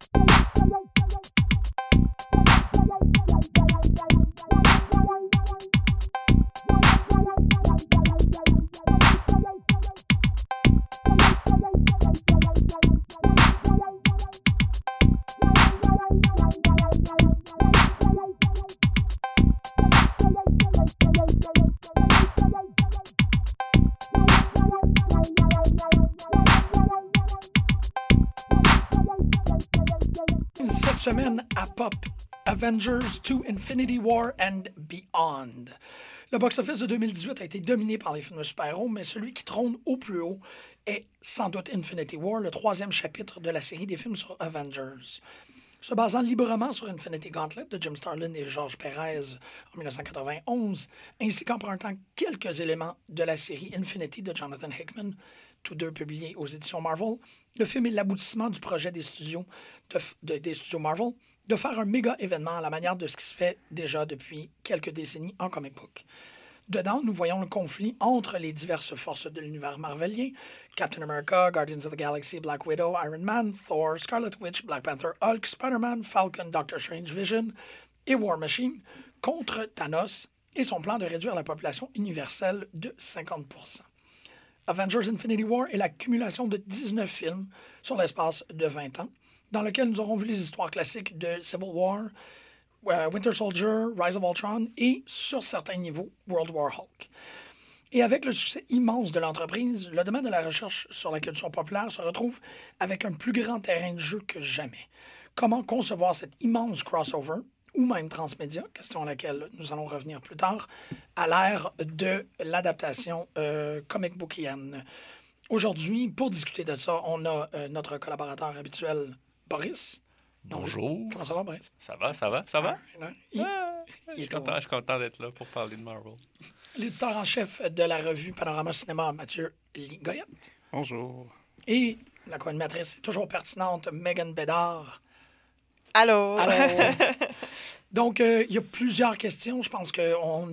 Cette semaine à Pop, Avengers 2 Infinity War and Beyond. Le box-office de 2018 a été dominé par les films de super-héros, mais celui qui trône au plus haut est sans doute Infinity War, le troisième chapitre de la série des films sur Avengers. Se basant librement sur Infinity Gauntlet de Jim Starlin et George Perez en 1991, ainsi qu'empruntant quelques éléments de la série Infinity de Jonathan Hickman, tous deux publiés aux éditions Marvel, le film est l'aboutissement du projet des studios Marvel de faire un méga événement à la manière de ce qui se fait déjà depuis quelques décennies en comic book. Dedans, nous voyons le conflit entre les diverses forces de l'univers marvelien, Captain America, Guardians of the Galaxy, Black Widow, Iron Man, Thor, Scarlet Witch, Black Panther, Hulk, Spider-Man, Falcon, Doctor Strange, Vision et War Machine, contre Thanos et son plan de réduire la population universelle de 50%. Avengers Infinity War est l'accumulation de 19 films sur l'espace de 20 ans, dans lequel nous aurons vu les histoires classiques de Civil War, Winter Soldier, Rise of Ultron et, sur certains niveaux, World War Hulk. Et avec le succès immense de l'entreprise, le domaine de la recherche sur la culture populaire se retrouve avec un plus grand terrain de jeu que jamais. Comment concevoir cet immense crossover, ou même transmédia, question à laquelle nous allons revenir plus tard, à l'ère de l'adaptation comic bookienne. Aujourd'hui, pour discuter de ça, on a notre collaborateur habituel, Boris. Bonjour. Comment ça va, Boris? Ça va? Je suis content d'être là pour parler de Marvel. L'éditeur en chef de la revue Panorama Cinéma, Mathieu Goyette. Bonjour. Et la co-animatrice toujours pertinente, Megan Bédard. Allô. Donc, il y a plusieurs questions. Je pense qu'on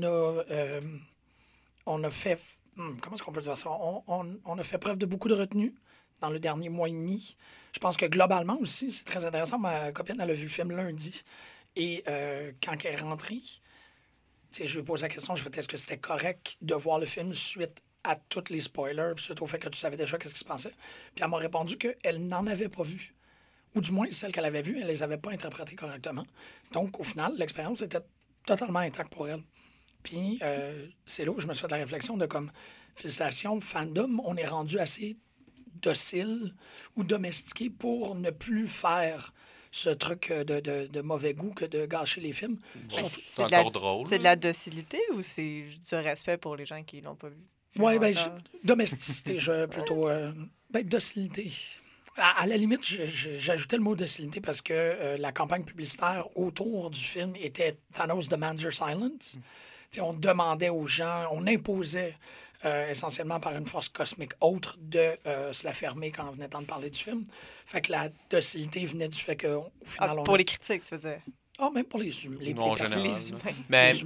a fait... comment est-ce qu'on peut dire ça? On a fait preuve de beaucoup de retenue dans le dernier mois et demi. Je pense que globalement aussi, c'est très intéressant. Ma copine, elle a vu le film lundi. Et quand elle est rentrée, je lui ai posé la question, est-ce que c'était correct de voir le film suite à tous les spoilers, puis suite au fait que tu savais déjà qu'est-ce qui se passait? Puis elle m'a répondu qu'elle n'en avait pas vu. Ou du moins, celles qu'elle avait vues, elle ne les avait pas interprétées correctement. Donc, au final, l'expérience était totalement intacte pour elle. Puis, c'est là où je me suis fait la réflexion de comme, félicitations, fandom, on est rendu assez docile ou domestiqué pour ne plus faire ce truc de mauvais goût que de gâcher les films. Bon, c'est encore drôle. C'est de la docilité ou c'est du respect pour les gens qui l'ont pas vu? Oui, domesticité, plutôt... docilité. À la limite, j'ajoutais le mot docilité parce que la campagne publicitaire autour du film était Thanos demands your silence. On demandait aux gens, on imposait essentiellement par une force cosmique autre de se la fermer quand on venait temps de parler du film. Fait que la docilité venait du fait qu'au final... pour les critiques, tu veux dire? Même pour les humains. Les humains. Mais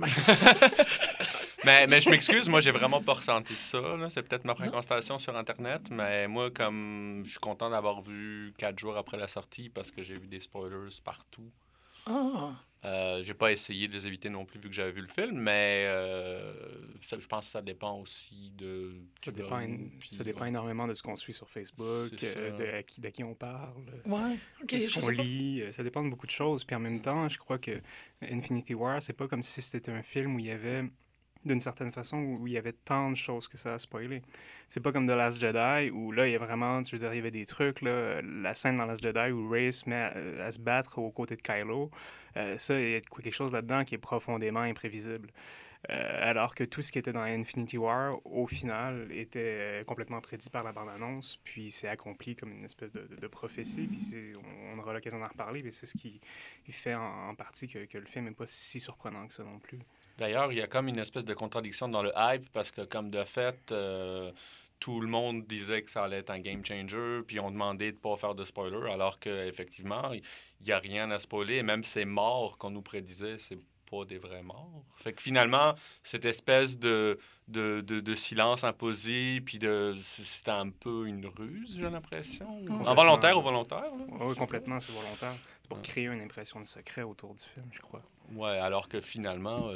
je m'excuse, moi, j'ai vraiment pas ressenti ça. Là. C'est peut-être ma fréquentation sur Internet, mais moi, comme je suis content d'avoir vu 4 jours après la sortie parce que j'ai vu des spoilers partout. J'ai pas essayé de les éviter non plus vu que j'avais vu le film, mais je pense que ça dépend aussi de... Ça dépend énormément de ce qu'on suit sur Facebook, de qui on parle, de ce qu'on lit. Ça dépend de beaucoup de choses. Puis en même temps, je crois que Infinity War, c'est pas comme si c'était un film où il y avait... d'une certaine façon, où il y avait tant de choses que ça a spoilé. C'est pas comme The Last Jedi, où là, il y a vraiment, il y avait des trucs, là, la scène dans Last Jedi où Rey se met à se battre aux côtés de Kylo, ça, il y a quelque chose là-dedans qui est profondément imprévisible. Alors que tout ce qui était dans Infinity War, au final, était complètement prédit par la bande-annonce, puis c'est accompli comme une espèce de prophétie, puis on aura l'occasion d'en reparler, mais c'est ce qui fait en partie que le film n'est pas si surprenant que ça non plus. D'ailleurs, il y a comme une espèce de contradiction dans le hype parce que, comme de fait, tout le monde disait que ça allait être un game changer, puis on demandait de ne pas faire de spoiler, alors qu'effectivement, il n'y a rien à spoiler. Et même ces morts qu'on nous prédisait, pas des vrais morts. Fait que finalement, cette espèce de silence imposé, puis c'était un peu une ruse, j'ai l'impression. Involontaire ou volontaire? Oui, complètement, c'est volontaire. C'est pour créer une impression de secret autour du film, je crois. Ouais, alors que finalement,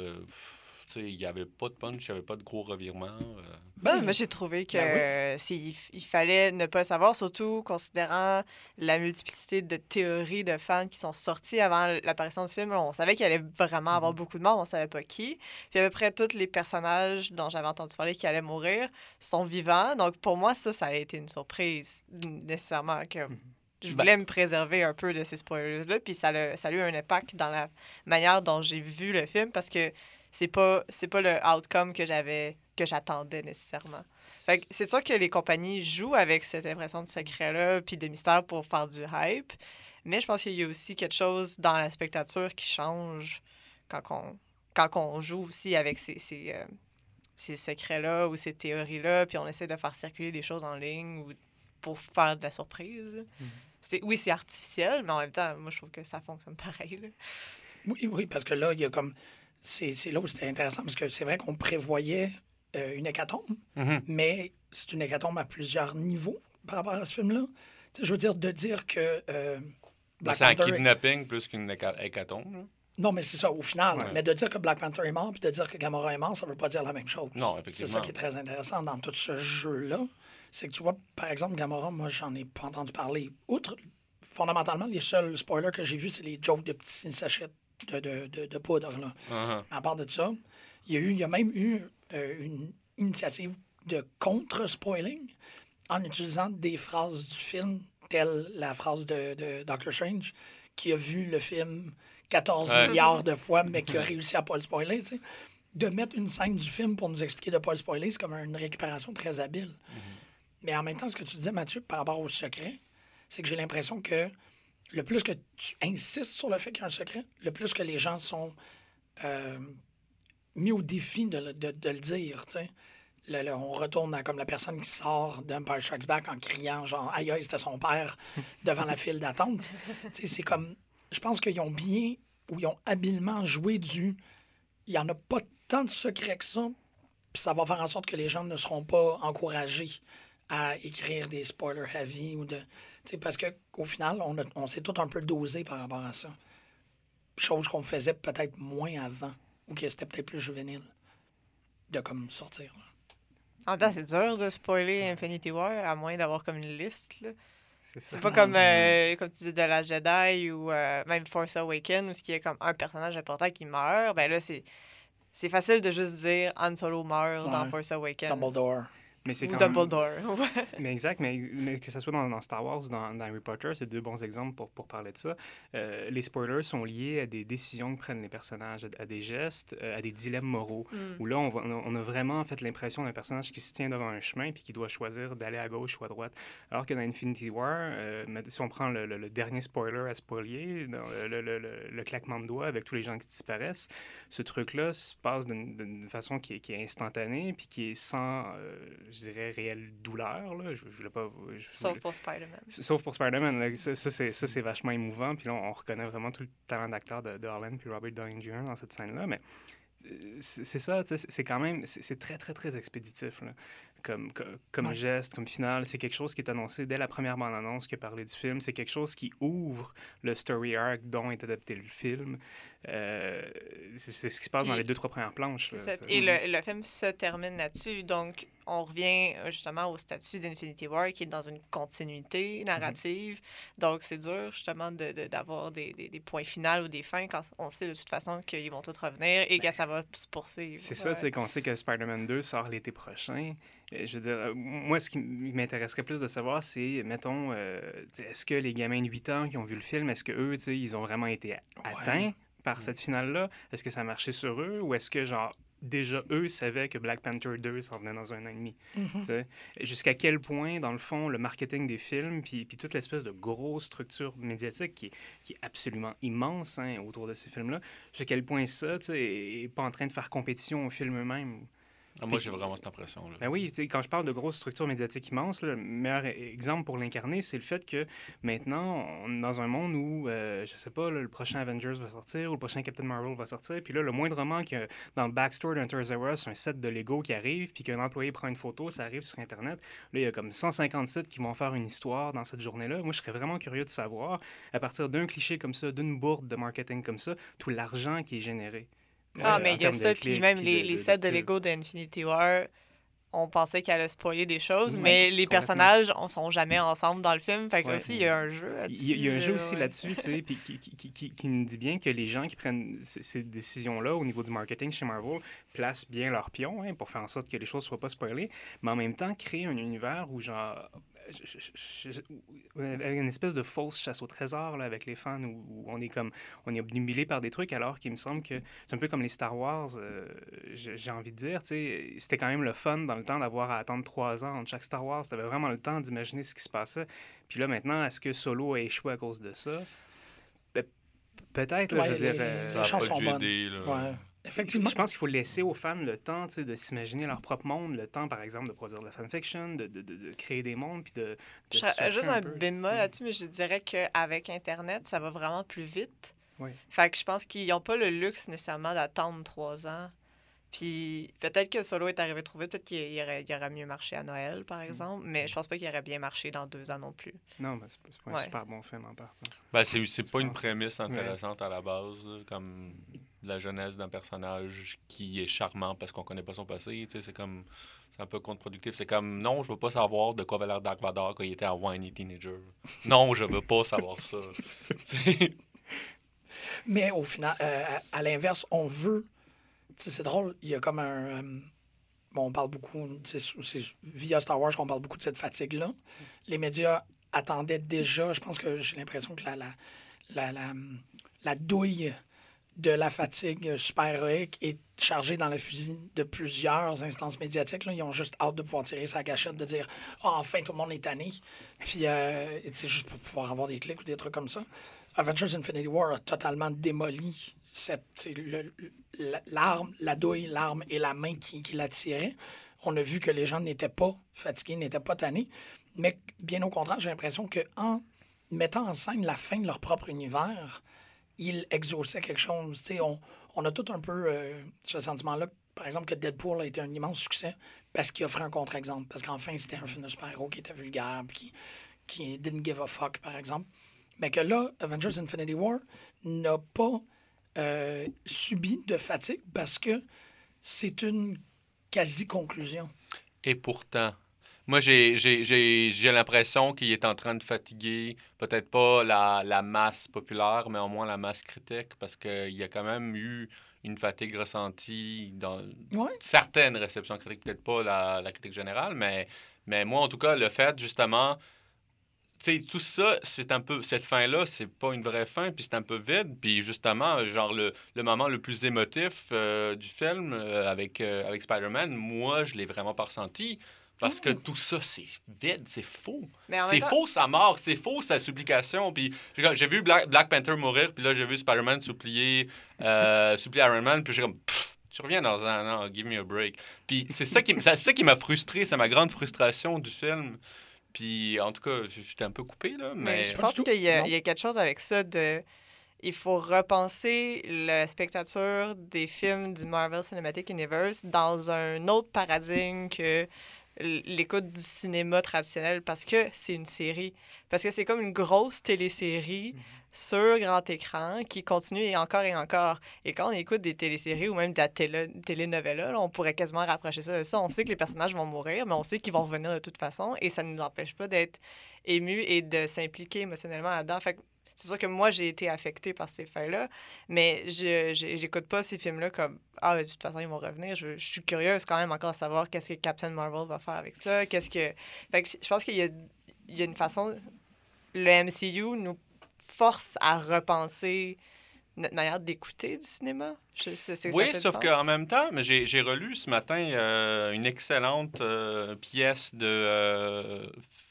il n'y avait pas de punch, il n'y avait pas de gros revirements. Moi, j'ai trouvé que il fallait ne pas le savoir, surtout considérant la multiplicité de théories de fans qui sont sorties avant l'apparition du film. On savait qu'il allait vraiment avoir beaucoup de morts, on ne savait pas qui. Puis à peu près tous les personnages dont j'avais entendu parler qui allaient mourir sont vivants. Donc pour moi, ça a été une surprise, nécessairement. Je voulais me préserver un peu de ces spoilers-là, puis ça a eu un impact dans la manière dont j'ai vu le film, parce que c'est pas le outcome que j'attendais nécessairement. Fait que c'est sûr que les compagnies jouent avec cette impression de secret-là puis de mystère pour faire du hype, mais je pense qu'il y a aussi quelque chose dans la spectature qui change quand on joue aussi avec ces secrets-là ou ces théories-là, puis on essaie de faire circuler des choses en ligne ou pour faire de la surprise. Oui, c'est artificiel, mais en même temps, moi, je trouve que ça fonctionne pareil. Là. Oui, parce que là, il y a comme... C'est là où c'était intéressant, parce que c'est vrai qu'on prévoyait une hécatombe, mais c'est une hécatombe à plusieurs niveaux par rapport à ce film-là. Je veux dire, de dire que Black Panther... C'est un kidnapping plus qu'une hécatombe, là. Non, mais c'est ça, au final. Mais de dire que Black Panther est mort puis de dire que Gamora est mort, ça ne veut pas dire la même chose. Non, effectivement. C'est ça qui est très intéressant dans tout ce jeu-là. C'est que tu vois, par exemple, Gamora, moi, j'en ai pas entendu parler. Outre, fondamentalement, les seuls spoilers que j'ai vus, c'est les jokes de petits sachets de poudre. Là. À part de ça, il y a même eu une initiative de contre-spoiling en utilisant des phrases du film, telle la phrase de Doctor Strange, qui a vu le film 14 milliards de fois, mais qui a réussi à ne pas le spoiler. T'sais. De mettre une scène du film pour nous expliquer de ne pas le spoiler, c'est comme une récupération très habile. Mais en même temps, ce que tu disais, Mathieu, par rapport au secret, c'est que j'ai l'impression que le plus que tu insistes sur le fait qu'il y a un secret, le plus que les gens sont mis au défi de le dire. On retourne à comme la personne qui sort d'Empire Strikes Back en criant genre « Aïe, aïe, c'était son père » devant la file d'attente. C'est comme... Je pense qu'ils ont bien ou ils ont habilement joué du... Il n'y en a pas tant de secrets que ça, puis ça va faire en sorte que les gens ne seront pas encouragés à écrire des spoilers heavy ou de... Parce qu'au final, on s'est tout un peu dosé par rapport à ça. Chose qu'on faisait peut-être moins avant, ou que c'était peut-être plus juvénile de comme sortir. Là. En même temps, c'est dur de spoiler Infinity War, à moins d'avoir comme une liste. Là. C'est pas comme tu dis de la Jedi ou même Force Awakens, où il y a comme un personnage important qui meurt. Ben là, c'est facile de juste dire Han Solo meurt dans Force Awakens. Dumbledore. Mais c'est ou Dumbledore. Mais exact, mais que ce soit dans Star Wars ou dans Harry Potter, c'est deux bons exemples pour parler de ça. Les spoilers sont liés à des décisions que prennent les personnages, à des gestes, à des dilemmes moraux. Où là, on a vraiment en fait l'impression d'un personnage qui se tient devant un chemin puis qui doit choisir d'aller à gauche ou à droite. Alors que dans Infinity War, si on prend le dernier spoiler à spoiler, dans le claquement de doigts avec tous les gens qui disparaissent, ce truc-là se passe d'une façon qui est instantanée puis qui est sans... je dirais, réelle douleur. Là. Je voulais pas, Sauf pour Spider-Man. Sauf pour Spider-Man. Là. Ça, c'est vachement émouvant. Puis là, on reconnaît vraiment tout le talent d'acteur de Holland puis Robert Downey Jr. dans cette scène-là. Mais c'est ça, c'est quand même... C'est très, très, très expéditif. Là. Comme geste, comme finale. C'est quelque chose qui est annoncé dès la première bande-annonce qui a parlé du film. C'est quelque chose qui ouvre le story arc dont est adapté le film. C'est ce qui se passe dans les 2-3 premières planches. Là, et le film se termine là-dessus. Donc, on revient justement au statut d'Infinity War qui est dans une continuité narrative. Donc, c'est dur justement d'avoir des points finaux ou des fins quand on sait de toute façon qu'ils vont tous revenir et que ça va se poursuivre. C'est ça, tu sais, qu'on sait que Spider-Man 2 sort l'été prochain. Je veux dire, moi, ce qui m'intéresserait plus de savoir, c'est, mettons, est-ce que les gamins de 8 ans qui ont vu le film, est-ce qu'eux, tu sais, ils ont vraiment été atteints par cette finale-là? Est-ce que ça a marché sur eux? Ou est-ce que, genre, déjà, eux savaient que Black Panther 2 s'en venait dans 1 an et demi? Jusqu'à quel point, dans le fond, le marketing des films, puis toute l'espèce de grosse structure médiatique qui est absolument immense autour de ces films-là, jusqu'à quel point ça, tu sais, n'est pas en train de faire compétition aux films eux-mêmes? Moi, j'ai vraiment cette impression-là. Ben oui, quand je parle de grosses structures médiatiques immenses, le meilleur exemple pour l'incarner, c'est le fait que maintenant, on est dans un monde où, je sais pas, le prochain Avengers va sortir ou le prochain Captain Marvel va sortir, puis là, le moindrement que dans le backstore d'un Toys R Us, un set de Lego qui arrive, puis qu'un employé prend une photo, ça arrive sur Internet. Là, il y a comme 150 sites qui vont faire une histoire dans cette journée-là. Moi, je serais vraiment curieux de savoir, à partir d'un cliché comme ça, d'une bourde de marketing comme ça, tout l'argent qui est généré. Mais il y a ça, puis même les sets de Lego d'Infinity War, on pensait qu'elle allait spoiler des choses, mais les personnages ne sont jamais ensemble dans le film. Fait que aussi, il y a un jeu là-dessus. Il y a un jeu aussi là-dessus, tu sais, puis qui nous dit bien que les gens qui prennent ces décisions-là au niveau du marketing chez Marvel placent bien leurs pions pour faire en sorte que les choses ne soient pas spoilées, mais en même temps, créer un univers où, genre, une espèce de fausse chasse au trésor là, avec les fans où on est obnubilé par des trucs, alors qu'il me semble que c'est un peu comme les Star Wars, j'ai envie de dire, tu sais, c'était quand même le fun dans le temps d'avoir à attendre 3 ans entre chaque Star Wars. Tu avais vraiment le temps d'imaginer ce qui se passait. Puis là, maintenant, est-ce que Solo a échoué à cause de ça? Peut-être, là, je veux dire... les chances sont bonnes. Effectivement. Je pense qu'il faut laisser aux fans le temps de s'imaginer leur propre monde, le temps, par exemple, de produire de la fanfiction, de créer des mondes, puis de juste un bémol là-dessus, mais je dirais qu'avec Internet, ça va vraiment plus vite. Oui. Fait que je pense qu'ils n'ont pas le luxe nécessairement d'attendre 3 ans. Puis peut-être que Solo est arrivé trop vite, peut-être qu'il aurait mieux marché à Noël, par exemple, mais je pense pas qu'il aurait bien marché dans 2 ans non plus. Non, mais c'est pas un super bon film en partant. C'est pas une prémisse intéressante à la base, comme la jeunesse d'un personnage qui est charmant parce qu'on connaît pas son passé. C'est un peu contre-productif. C'est comme, non, je veux pas savoir de quoi avait l'air Dark Vador quand il était un whiny teenager. Non, je veux pas savoir ça. Mais au final, à l'inverse, on veut... c'est drôle, il y a comme on parle beaucoup, c'est via Star Wars qu'on parle beaucoup de cette fatigue-là. Les médias attendaient déjà, je pense que j'ai l'impression que la douille de la fatigue super-héroïque est chargée dans le fusil de plusieurs instances médiatiques. Là. Ils ont juste hâte de pouvoir tirer sa gâchette, de dire « enfin, tout le monde est tanné ». Puis, c'est juste pour pouvoir avoir des clics ou des trucs comme ça. Avengers Infinity War a totalement démoli la douille, l'arme et la main qui la tirait. On a vu que les gens n'étaient pas fatigués, n'étaient pas tannés. Mais bien au contraire, j'ai l'impression qu'en mettant en scène la fin de leur propre univers, ils exauçaient quelque chose. On a tout un peu ce sentiment-là, par exemple, que Deadpool a été un immense succès parce qu'il offrait un contre-exemple. Parce qu'enfin, c'était un film de super-héros qui était vulgaire, qui didn't give a fuck, par exemple. Mais que là, Avengers Infinity War n'a pas subi de fatigue parce que c'est une quasi-conclusion. Et pourtant, moi, j'ai l'impression qu'il est en train de fatiguer peut-être pas la masse populaire, mais au moins la masse critique, parce qu'il y a quand même eu une fatigue ressentie dans certaines réceptions critiques, peut-être pas la critique générale, mais moi, en tout cas, le fait, justement... Tu sais, tout ça, c'est un peu... Cette fin-là, c'est pas une vraie fin, puis c'est un peu vide. Puis justement, genre, le moment le plus émotif du film avec Spider-Man, moi, je l'ai vraiment pas ressenti. Parce que tout ça, c'est vide, c'est faux. C'est faux sa mort, c'est faux sa supplication. Puis j'ai vu Black Panther mourir, puis là, j'ai vu Spider-Man supplier Iron Man, puis j'ai comme... Tu reviens dans un an, give me a break. Puis c'est ça qui m'a frustré, c'est ma grande frustration du film. Puis, en tout cas, j'étais un peu coupé, là, mais... Je pense qu'il y a quelque chose avec ça de... Il faut repenser la spectature des films du Marvel Cinematic Universe dans un autre paradigme que l'écoute du cinéma traditionnel, parce que c'est une série. Parce que c'est comme une grosse télésérie sur grand écran qui continue et encore. Et quand on écoute des téléséries ou même de la télénovela, là, on pourrait quasiment rapprocher ça de ça. On sait que les personnages vont mourir, mais on sait qu'ils vont revenir de toute façon et ça ne nous empêche pas d'être émus et de s'impliquer émotionnellement là-dedans. Fait que c'est sûr que moi, j'ai été affectée par ces faits-là, mais j'écoute pas ces films-là comme « Ah, de toute façon, ils vont revenir ». Je suis curieuse quand même encore de savoir qu'est-ce que Captain Marvel va faire avec ça. Fait que je pense qu'il y a une façon... Le MCU nous force à repenser notre manière d'écouter du cinéma. Oui, sauf qu'en même temps, j'ai relu ce matin une excellente pièce de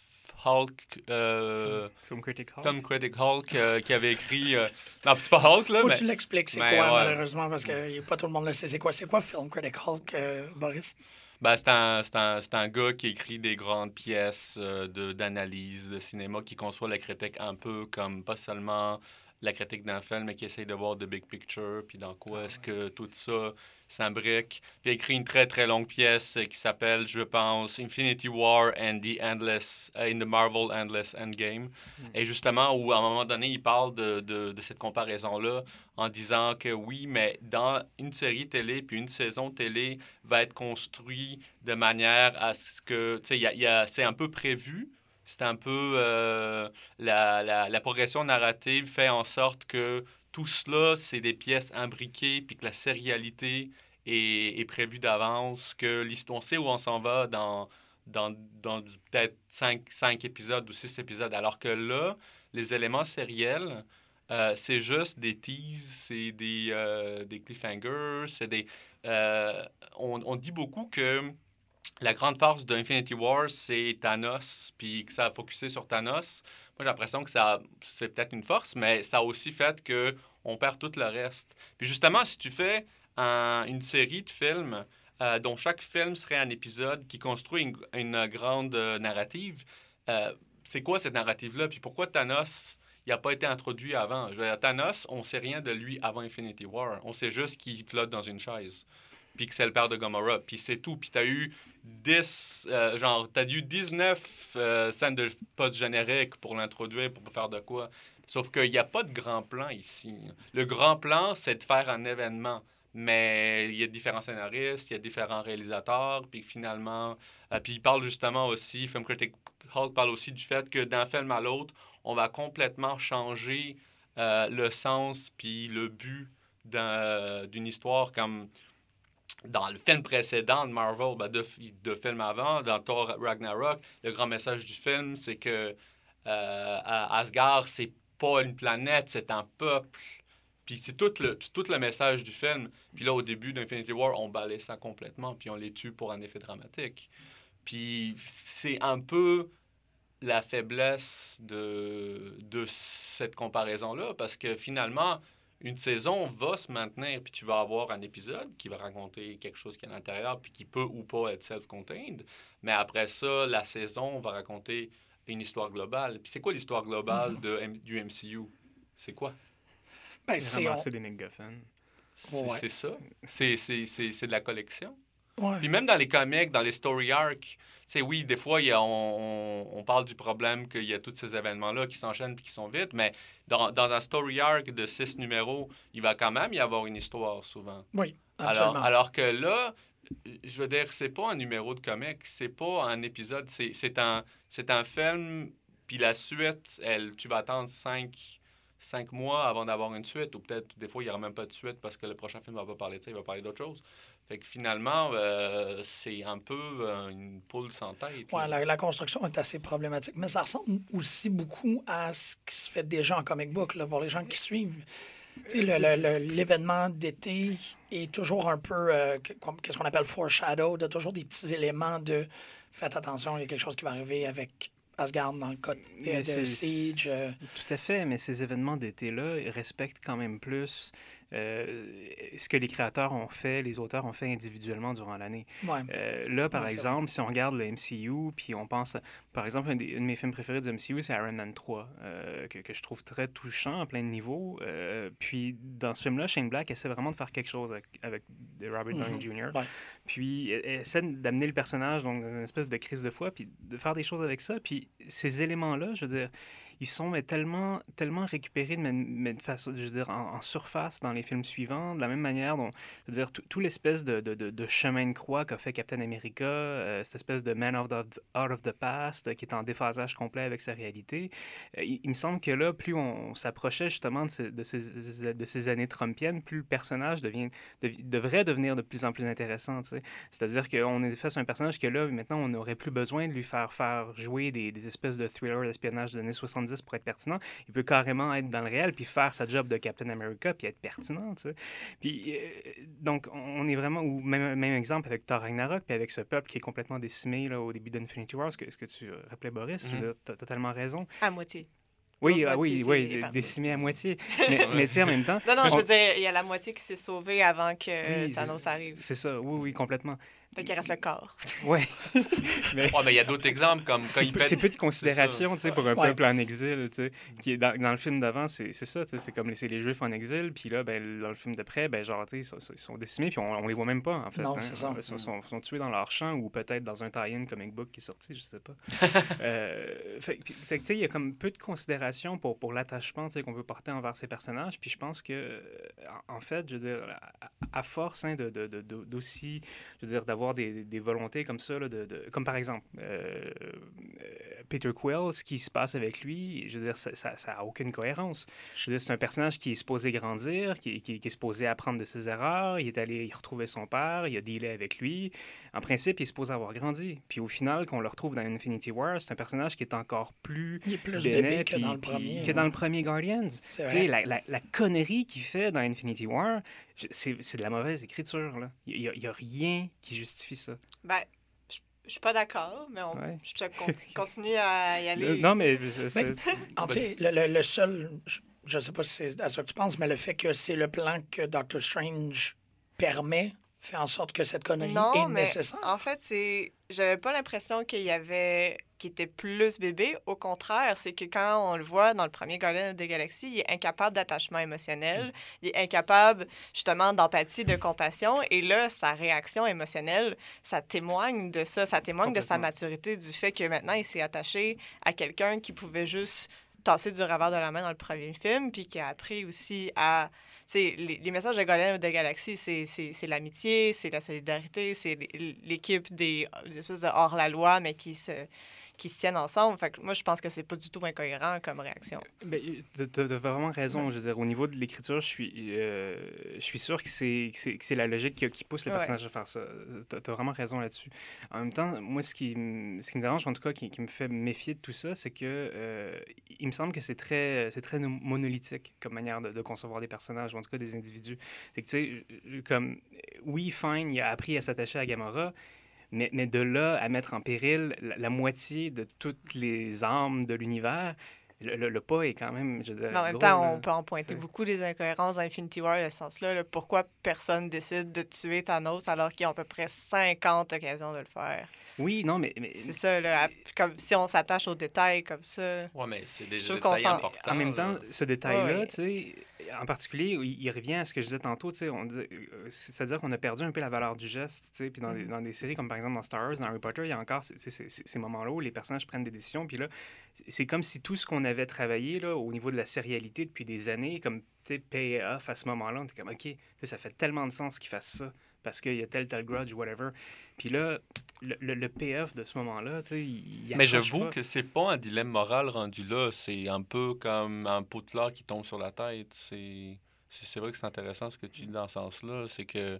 Hulk. Film Critic Hulk. Film Critic Hulk qui avait écrit. Non, c'est pas Hulk, là. Faut mais... que tu l'expliques, c'est mais, quoi, ouais. malheureusement, parce que pas tout le monde le sait. C'est quoi Film Critic Hulk, Boris? Ben, c'est un gars qui écrit des grandes pièces d'analyse de cinéma, qui conçoit la critique un peu comme pas seulement la critique d'un film, mais qui essaye de voir the big picture, puis dans quoi est-ce que tout ça s'imbrique. Puis il a écrit une très, très longue pièce qui s'appelle, je pense, Infinity War and the Endless, in the Marvel Endless Endgame. Et justement, où à un moment donné, il parle de cette comparaison-là en disant que oui, mais dans une série télé puis une saison télé va être construit de manière à ce que, tu sais, c'est un peu prévu. C'est un peu la progression narrative fait en sorte que tout cela, c'est des pièces imbriquées, puis que la sérialité est prévue d'avance, que l'histoire, on sait où on s'en va dans peut-être 5 épisodes ou 6 épisodes, alors que là, les éléments sériels, c'est juste des teases, c'est des cliffhangers, c'est des... on dit beaucoup que la grande force d'Infinity War, c'est Thanos, puis que ça a focusé sur Thanos. Moi, j'ai l'impression que c'est peut-être une force, mais ça a aussi fait qu'on perd tout le reste. Puis justement, si tu fais une série de films dont chaque film serait un épisode qui construit une grande narrative, c'est quoi cette narrative-là? Puis pourquoi Thanos, il n'a pas été introduit avant? Je veux dire, Thanos, on ne sait rien de lui avant Infinity War. On sait juste qu'il flotte dans une chaise. Puis que c'est le père de Gamora, puis c'est tout. Puis t'as eu 19 scènes de post-générique pour l'introduire, pour faire de quoi. Sauf qu'il n'y a pas de grand plan ici. Le grand plan, c'est de faire un événement. Mais il y a différents scénaristes, il y a différents réalisateurs, puis finalement... puis il parle justement aussi, Film Critic Hulk parle aussi du fait que d'un film à l'autre, on va complètement changer le sens puis le but d'une histoire comme... Dans le film précédent de Marvel, deux films avant, dans Thor Ragnarok, le grand message du film, c'est que Asgard, c'est pas une planète, c'est un peuple. Puis c'est tout le message du film. Puis là, au début d'Infinity War, on balaye ça complètement, puis on les tue pour un effet dramatique. Puis c'est un peu la faiblesse de cette comparaison-là, parce que finalement... Une saison va se maintenir, puis tu vas avoir un épisode qui va raconter quelque chose qui est à l'intérieur, puis qui peut ou pas être self-contained. Mais après ça, la saison va raconter une histoire globale. Puis c'est quoi l'histoire globale du MCU? C'est quoi? Ben, c'est ramasser des MacGuffin. C'est ça. C'est de la collection. Ouais. Puis même dans les comics, dans les story arcs, oui, des fois, on parle du problème qu'il y a tous ces événements-là qui s'enchaînent puis qui sont vite, mais dans un story arc de 6 numéros, il va quand même y avoir une histoire souvent. Oui, absolument. Alors que là, je veux dire, c'est pas un numéro de comic, c'est pas un épisode, c'est un film, puis la suite, tu vas attendre 5 mois avant d'avoir une suite, ou peut-être des fois, il n'y aura même pas de suite parce que le prochain film va pas parler de ça, il va parler d'autre chose. Fait que finalement, c'est un peu une poule sans tête. Oui, la construction est assez problématique. Mais ça ressemble aussi beaucoup à ce qui se fait déjà en comic book, là, pour les gens qui suivent. L'événement d'été est toujours un peu, qu'est-ce qu'on appelle foreshadow, de toujours des petits éléments de faites attention, il y a quelque chose qui va arriver avec Asgard dans le cas de Siege. Tout à fait, mais ces événements d'été-là respectent quand même plus ce que les créateurs ont fait, les auteurs ont fait individuellement durant l'année. Ouais. Là, par exemple, si on regarde le MCU, puis on pense, par exemple, un de mes films préférés du MCU, c'est Iron Man 3, que je trouve très touchant à plein de niveaux. Puis dans ce film-là, Shane Black essaie vraiment de faire quelque chose avec Robert Downey Jr. Ouais. Puis essaie d'amener le personnage dans une espèce de crise de foi, puis de faire des choses avec ça. Puis ces éléments-là, je veux dire, ils sont tellement récupérés de façon, je veux dire, en surface dans les films suivants, de la même manière dont, je veux dire, tout l'espèce de chemin de croix qu'a fait Captain America, cette espèce de man out of the past qui est en déphasage complet avec sa réalité. Il me semble que là, plus on s'approchait justement de ces années trumpiennes, plus le personnage devrait devenir de plus en plus intéressant. T'sais. C'est-à-dire qu'on est face à un personnage que là, maintenant, on n'aurait plus besoin de lui faire jouer des espèces de thrillers d'espionnage des années 70 70 pour être pertinent. Il peut carrément être dans le réel, puis faire sa job de Captain America, puis être pertinent, tu sais. Puis, donc, on est vraiment... Ou même exemple avec Thor Ragnarok, puis avec ce peuple qui est complètement décimé là, au début d'Infinity War, ce que tu rappelais, Boris, tu as totalement raison. À moitié. Oui, décimé à moitié. Mais tu sais, en même temps... Non, je veux dire, il y a la moitié qui s'est sauvée avant que Thanos arrive. C'est ça, oui, complètement. Fait qu'il reste le corps. Oui. mais il y a d'autres exemples comme quand il pète... C'est peu de considération, tu sais, pour un peuple en exil, tu sais. Qui est dans le film d'avant, c'est ça, tu sais, c'est comme les Juifs en exil, puis là, ben, dans le film d'après, ben, genre, tu sais, ils sont décimés, puis on les voit même pas, en fait. Non, c'est ça. Ils sont tués dans leur champ, ou peut-être dans un tie-in comic book qui est sorti, je sais pas. Fait que, tu sais, il y a comme peu de considération pour l'attachement, tu sais, qu'on peut porter envers ces personnages, puis je pense que, en fait, je veux dire, à force, hein, d'aussi, je veux dire, d'avoir des volontés comme ça, là, comme par exemple Peter Quill, ce qui se passe avec lui, je veux dire, ça n'a aucune cohérence. Je veux dire, c'est un personnage qui est supposé grandir, qui est supposé apprendre de ses erreurs, il est allé retrouver son père, il a dealé avec lui. En principe, il est supposé avoir grandi. Puis au final, qu'on le retrouve dans Infinity War, c'est un personnage qui est encore plus... Il est plus bébé que dans le premier. Que dans le premier Guardians. Tu sais, la connerie qu'il fait dans Infinity War, c'est de la mauvaise écriture, là. Il y a rien qui justifie ça. Ben, je suis pas d'accord, mais je te continue à y aller. Non, mais... en fait, le seul... Je sais pas si c'est à ça que tu penses, mais le fait que c'est le plan que Doctor Strange permet fait en sorte que cette connerie est nécessaire. En fait, j'avais pas l'impression qu'il était plus bébé. Au contraire, c'est que quand on le voit dans le premier Guardian of the Galaxy, il est incapable d'attachement émotionnel, il est incapable justement d'empathie, de compassion, et là, sa réaction émotionnelle, ça témoigne de ça, ça témoigne de sa maturité, du fait que maintenant, il s'est attaché à quelqu'un qui pouvait juste tasser du revers de la main dans le premier film, puis qui a appris aussi à... Les messages de Guardians of the Galaxy, c'est l'amitié, c'est la solidarité, c'est l'équipe des espèces de hors-la-loi, mais qui se tiennent ensemble. Fait que moi, je pense que c'est pas du tout incohérent comme réaction. Tu as vraiment raison. Je veux dire, au niveau de l'écriture, je suis sûr que c'est la logique qui pousse le personnage à faire ça. Tu as vraiment raison là-dessus. En même temps, moi, ce qui me dérange, en tout cas, qui me fait méfier de tout ça, c'est que il me semble que c'est très monolithique comme manière de concevoir des personnages, ou en tout cas des individus. C'est que, tu sais, comme, oui, fine, il a appris à s'attacher à Gamora, mais de là à mettre en péril la moitié de toutes les âmes de l'univers, le pas est quand même, je veux dire, mais en même temps, on peut en pointer beaucoup des incohérences dans Infinity War, dans ce sens-là. Là. Pourquoi personne décide de tuer Thanos alors qu'ils ont à peu près 50 occasions de le faire? Oui, non, mais... C'est ça, là. Comme si on s'attache aux détails comme ça. Oui, mais c'est des détails importants. En même temps, ce détail-là, tu sais, en particulier, il revient à ce que je disais tantôt, tu sais, c'est-à-dire qu'on a perdu un peu la valeur du geste, tu sais, puis dans des séries comme par exemple dans Star Wars, dans Harry Potter, il y a encore ces moments-là où les personnages prennent des décisions, puis là, c'est comme si tout ce qu'on avait travaillé, là, au niveau de la sérialité depuis des années, comme, tu sais, pay off à ce moment-là, on était comme, OK, tu sais, ça fait tellement de sens qu'ils fassent ça, parce qu'il y a tel grudge, whatever. Puis là, le payoff de ce moment-là, tu sais, il mais j'avoue que c'est pas un dilemme moral rendu là. C'est un peu comme un pot de fleurs qui tombe sur la tête. C'est vrai que c'est intéressant ce que tu dis dans ce sens-là. C'est que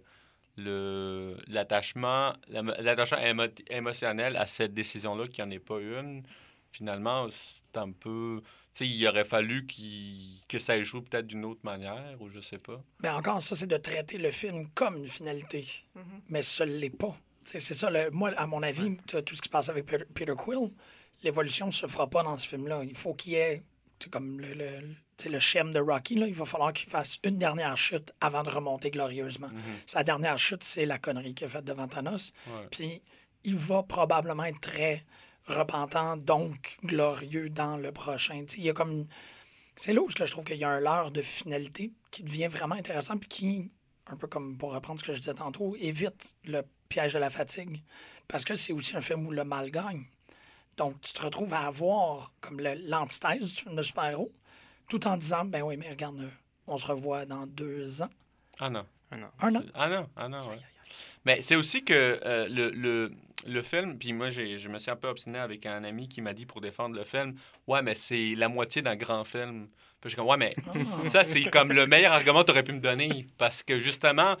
l'attachement émotionnel à cette décision-là, qui n'en est pas une, finalement, c'est un peu... Tu sais, il aurait fallu que ça joue peut-être d'une autre manière, ou je sais pas. Bien, encore, ça, c'est de traiter le film comme une finalité. Mais ça ne l'est pas. C'est ça, moi, à mon avis, tout ce qui se passe avec Peter Quill, l'évolution ne se fera pas dans ce film-là. Il faut qu'il y ait, comme le schème de Rocky, là, il va falloir qu'il fasse une dernière chute avant de remonter glorieusement. Sa dernière chute, c'est la connerie qu'il a faite devant Thanos. Puis il va probablement être très repentant, donc glorieux dans le prochain. Il y a comme... C'est là où je trouve qu'il y a un leurre de finalité qui devient vraiment intéressant, puis qui, un peu comme pour reprendre ce que je disais tantôt, évite le piège de la fatigue. Parce que c'est aussi un film où le mal gagne. Donc, tu te retrouves à avoir comme l'antithèse du film de super-héros, tout en disant, ben oui, mais regarde, on se revoit dans 2 ans. Ah non. Un an. Ah non, ouais. Mais c'est aussi que le film, puis moi, je me suis un peu obstiné avec un ami qui m'a dit pour défendre le film, ouais, mais c'est la moitié d'un grand film. Puis je suis comme, ouais, mais ça, c'est comme le meilleur argument que tu aurais pu me donner. Parce que justement,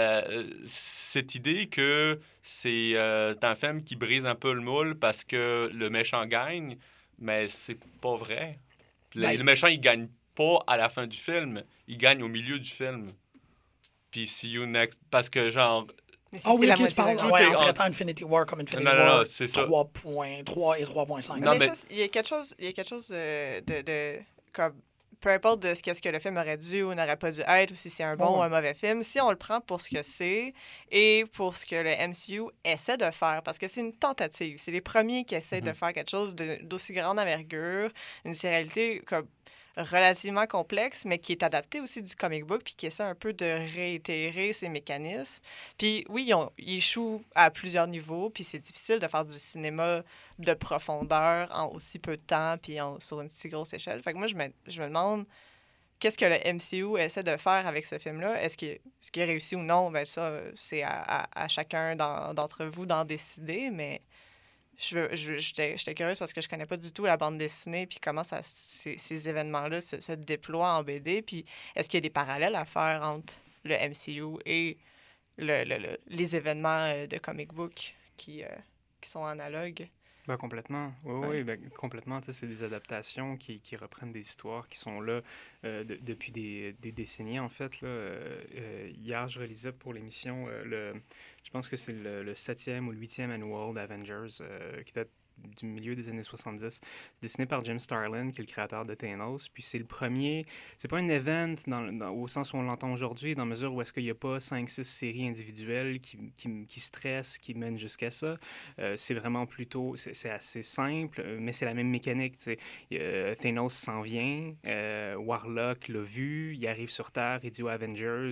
cette idée que c'est un film qui brise un peu le moule parce que le méchant gagne, mais c'est pas vrai. Le méchant, il gagne pas à la fin du film, il gagne au milieu du film. Puis see you next. Parce que genre. Oui, ok, tu parles en traitant Infinity War comme Infinity War. Non, c'est ça. 3.3 et 3.5. Non, mais il y a quelque chose de comme peu importe de qu'est-ce que le film aurait dû ou n'aurait pas dû être, ou si c'est un bon ou un mauvais film, si on le prend pour ce que c'est et pour ce que le MCU essaie de faire, parce que c'est une tentative. C'est les premiers qui essaient de faire quelque chose d'aussi grande envergure, une réalité comme relativement complexe, mais qui est adapté aussi du comic book, puis qui essaie un peu de réitérer ses mécanismes. Puis oui, ils échouent à plusieurs niveaux, puis c'est difficile de faire du cinéma de profondeur en aussi peu de temps, puis sur une si grosse échelle. Fait que moi, je me demande, qu'est-ce que le MCU essaie de faire avec ce film-là? Est-ce qu'il réussit ou non? Ben ça, c'est à chacun d'entre vous d'en décider, mais... J'étais curieuse parce que je connais pas du tout la bande dessinée puis comment ces événements-là se déploient en BD. Puis est-ce qu'il y a des parallèles à faire entre le MCU et les événements de comic book qui sont analogues? Ben, complètement. Oui, ben, complètement. C'est des adaptations qui reprennent des histoires qui sont là depuis des décennies, en fait. Là. Hier, je relisais pour l'émission, je pense que c'est le 7e ou le 8e annual d'Avengers, qui date du milieu des années 70. C'est dessiné par Jim Starlin, qui est le créateur de Thanos. Puis c'est le premier... C'est pas un event au sens où on l'entend aujourd'hui, dans la mesure où est-ce qu'il n'y a pas 5-6 séries individuelles qui stressent, qui mènent jusqu'à ça. C'est vraiment plutôt... C'est assez simple, mais c'est la même mécanique. Thanos s'en vient, Warlock l'a vu, il arrive sur Terre, il dit aux Avengers...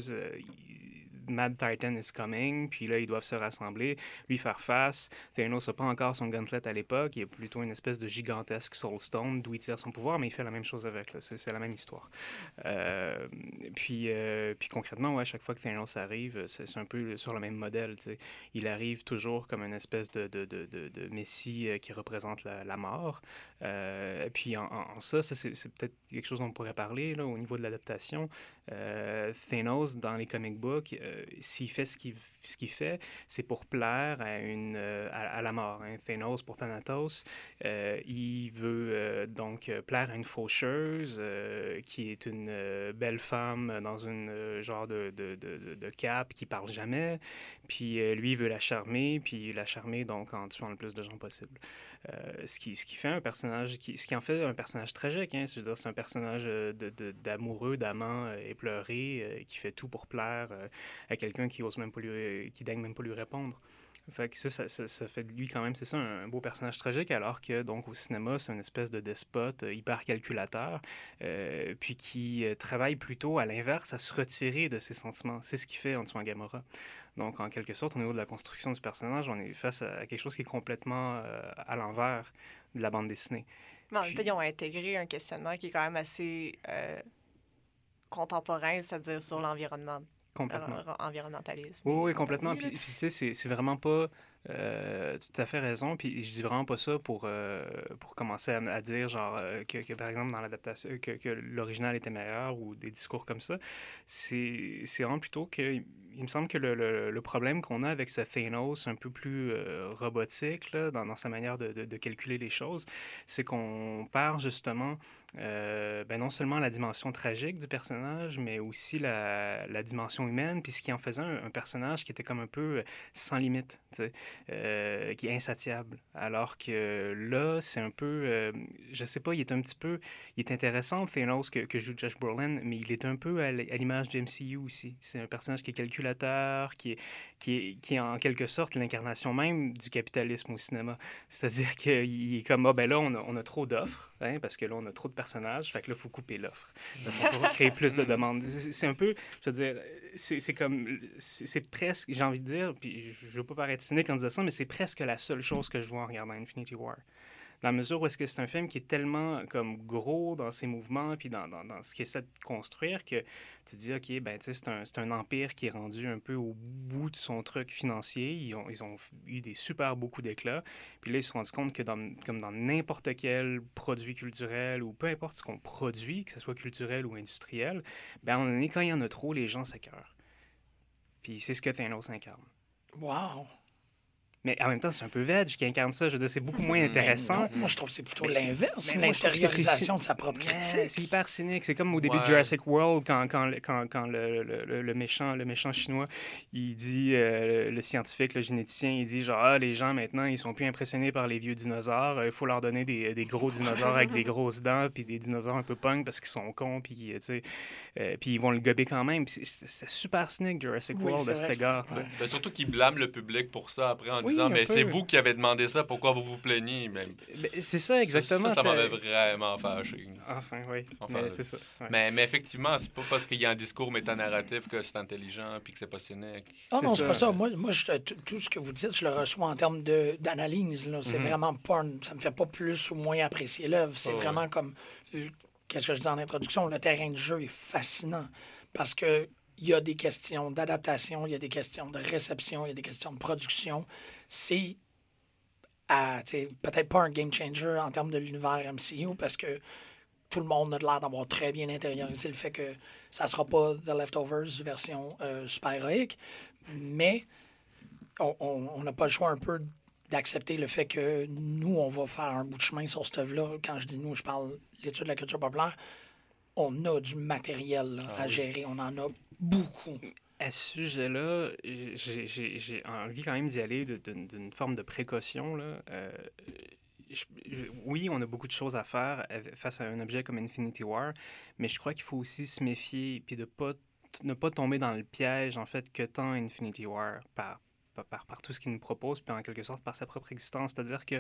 Mad Titan is coming, puis là, ils doivent se rassembler, lui faire face. Thanos n'a pas encore son gauntlet à l'époque, il a plutôt une espèce de gigantesque Soul Stone d'où il tire son pouvoir, mais il fait la même chose avec, là. C'est la même histoire. Puis concrètement, à chaque fois que Thanos arrive, c'est un peu sur le même modèle, t'sais. Il arrive toujours comme une espèce de messie qui représente la mort. Puis en ça, c'est peut-être quelque chose dont on pourrait parler là, au niveau de l'adaptation. Thanos, dans les comic books, s'il fait ce qu'il fait, c'est pour plaire à la mort. Hein. Thanos, pour Thanatos, il veut donc plaire à une faucheuse qui est une belle femme dans une genre de cape qui parle jamais. Puis lui, il veut la charmer donc en tuant le plus de gens possible. Ce qui fait un personnage, ce qui en fait un personnage tragique. Hein, c'est-à-dire, c'est un personnage d'amoureux, d'amant éploré, qui fait tout pour plaire à quelqu'un qui daigne même pas lui répondre. Fait que ça fait de lui quand même, c'est ça, un beau personnage tragique, alors que donc au cinéma, c'est une espèce de despote hyper calculateur, puis qui travaille plutôt à l'inverse, à se retirer de ses sentiments. C'est ce qu'il fait en tuant Gamora. Donc, en quelque sorte, au niveau de la construction du personnage, on est face à quelque chose qui est complètement à l'envers de la bande dessinée. Mais en même temps, ils ont intégré un questionnement qui est quand même assez contemporain, c'est-à-dire sur l'environnement. Complètement. Environnementalisme. Oui, complètement. Puis tu sais, c'est vraiment pas... tout à fait raison. Puis je dis vraiment pas ça pour commencer à dire, genre, que par exemple, dans l'adaptation, que l'original était meilleur ou des discours comme ça. C'est vraiment plutôt que... Il me semble que le problème qu'on a avec ce Thanos un peu plus robotique, là, dans sa manière de calculer les choses, c'est qu'on perd justement non seulement la dimension tragique du personnage, mais aussi la dimension humaine, puis ce qui en faisait un personnage qui était comme un peu sans limite, tu sais, qui est insatiable. Alors que là, c'est un peu... je sais pas, il est intéressant, Thanos, que joue Josh Brolin, mais il est un peu à l'image du MCU aussi. C'est un personnage qui est calculateur, qui est en quelque sorte l'incarnation même du capitalisme au cinéma. C'est-à-dire qu'il est comme, là, on a trop d'offres, hein, parce que là, on a trop de personnages, fait que là, il faut couper l'offre. Il faut créer plus de demandes. C'est un peu, je veux dire, c'est presque, j'ai envie de dire, puis je veux pas paraître cynique en disant ça, mais c'est presque la seule chose que je vois en regardant Infinity War. Dans la mesure où est-ce que c'est un film qui est tellement comme gros dans ses mouvements puis dans ce qu'il essaie de construire que tu te dis, OK, ben tu sais, c'est un empire qui est rendu un peu au bout de son truc financier. Ils ont eu des super beaux coups d'éclat. Puis là, ils se sont rendus compte que comme dans n'importe quel produit culturel ou peu importe ce qu'on produit, que ce soit culturel ou industriel, ben à un moment donné, quand il y en a trop, les gens s'écœurent. Puis c'est ce que Thanos incarne. Wow! Mais en même temps, c'est un peu veg qui incarne ça. Je veux dire, c'est beaucoup moins intéressant. Non, moi, je trouve que c'est plutôt l'inverse. L'intériorisation de sa propre critique. C'est hyper cynique. C'est comme au début de Jurassic World, quand le méchant chinois, il dit, le scientifique, le généticien, il dit genre, les gens, maintenant, ils sont plus impressionnés par les vieux dinosaures. Il faut leur donner des gros dinosaures avec des grosses dents, puis des dinosaures un peu punk parce qu'ils sont cons, puis ils vont le gober quand même. C'est super cynique, Jurassic World, à cet égard. Ben, surtout qu'ils blâment le public pour ça après en disant, mais c'est vous qui avez demandé ça, pourquoi vous vous plaignez? Mais c'est ça, exactement. Ça m'avait vraiment fâché. Enfin, oui. Mais c'est ça. Ouais. Mais effectivement, c'est pas parce qu'il y a un discours métanarratif que c'est intelligent puis que c'est pas cynique. Oh non, c'est pas ça. Moi tout ce que vous dites, je le reçois en termes d'analyse. C'est vraiment pas... Ça me fait pas plus ou moins apprécier l'œuvre. C'est vraiment comme... Qu'est-ce que je dis en introduction? Le terrain de jeu est fascinant parce que il y a des questions d'adaptation, il y a des questions de réception, il y a des questions de production. C'est peut-être pas un game changer en termes de l'univers MCU parce que tout le monde a l'air d'avoir très bien intériorisé le fait que ça sera pas The Leftovers version super-héroïque, mais on n'a pas le choix un peu d'accepter le fait que nous, on va faire un bout de chemin sur cette œuvre-là. Quand je dis nous, je parle de l'étude de la culture populaire. On a du matériel à gérer. On en a beaucoup. À ce sujet-là, j'ai envie quand même d'y aller d'une forme de précaution. Là. Oui, on a beaucoup de choses à faire face à un objet comme Infinity War, mais je crois qu'il faut aussi se méfier et ne pas tomber dans le piège, en fait, que tend Infinity War par tout ce qu'il nous propose, puis en quelque sorte par sa propre existence. C'est-à-dire que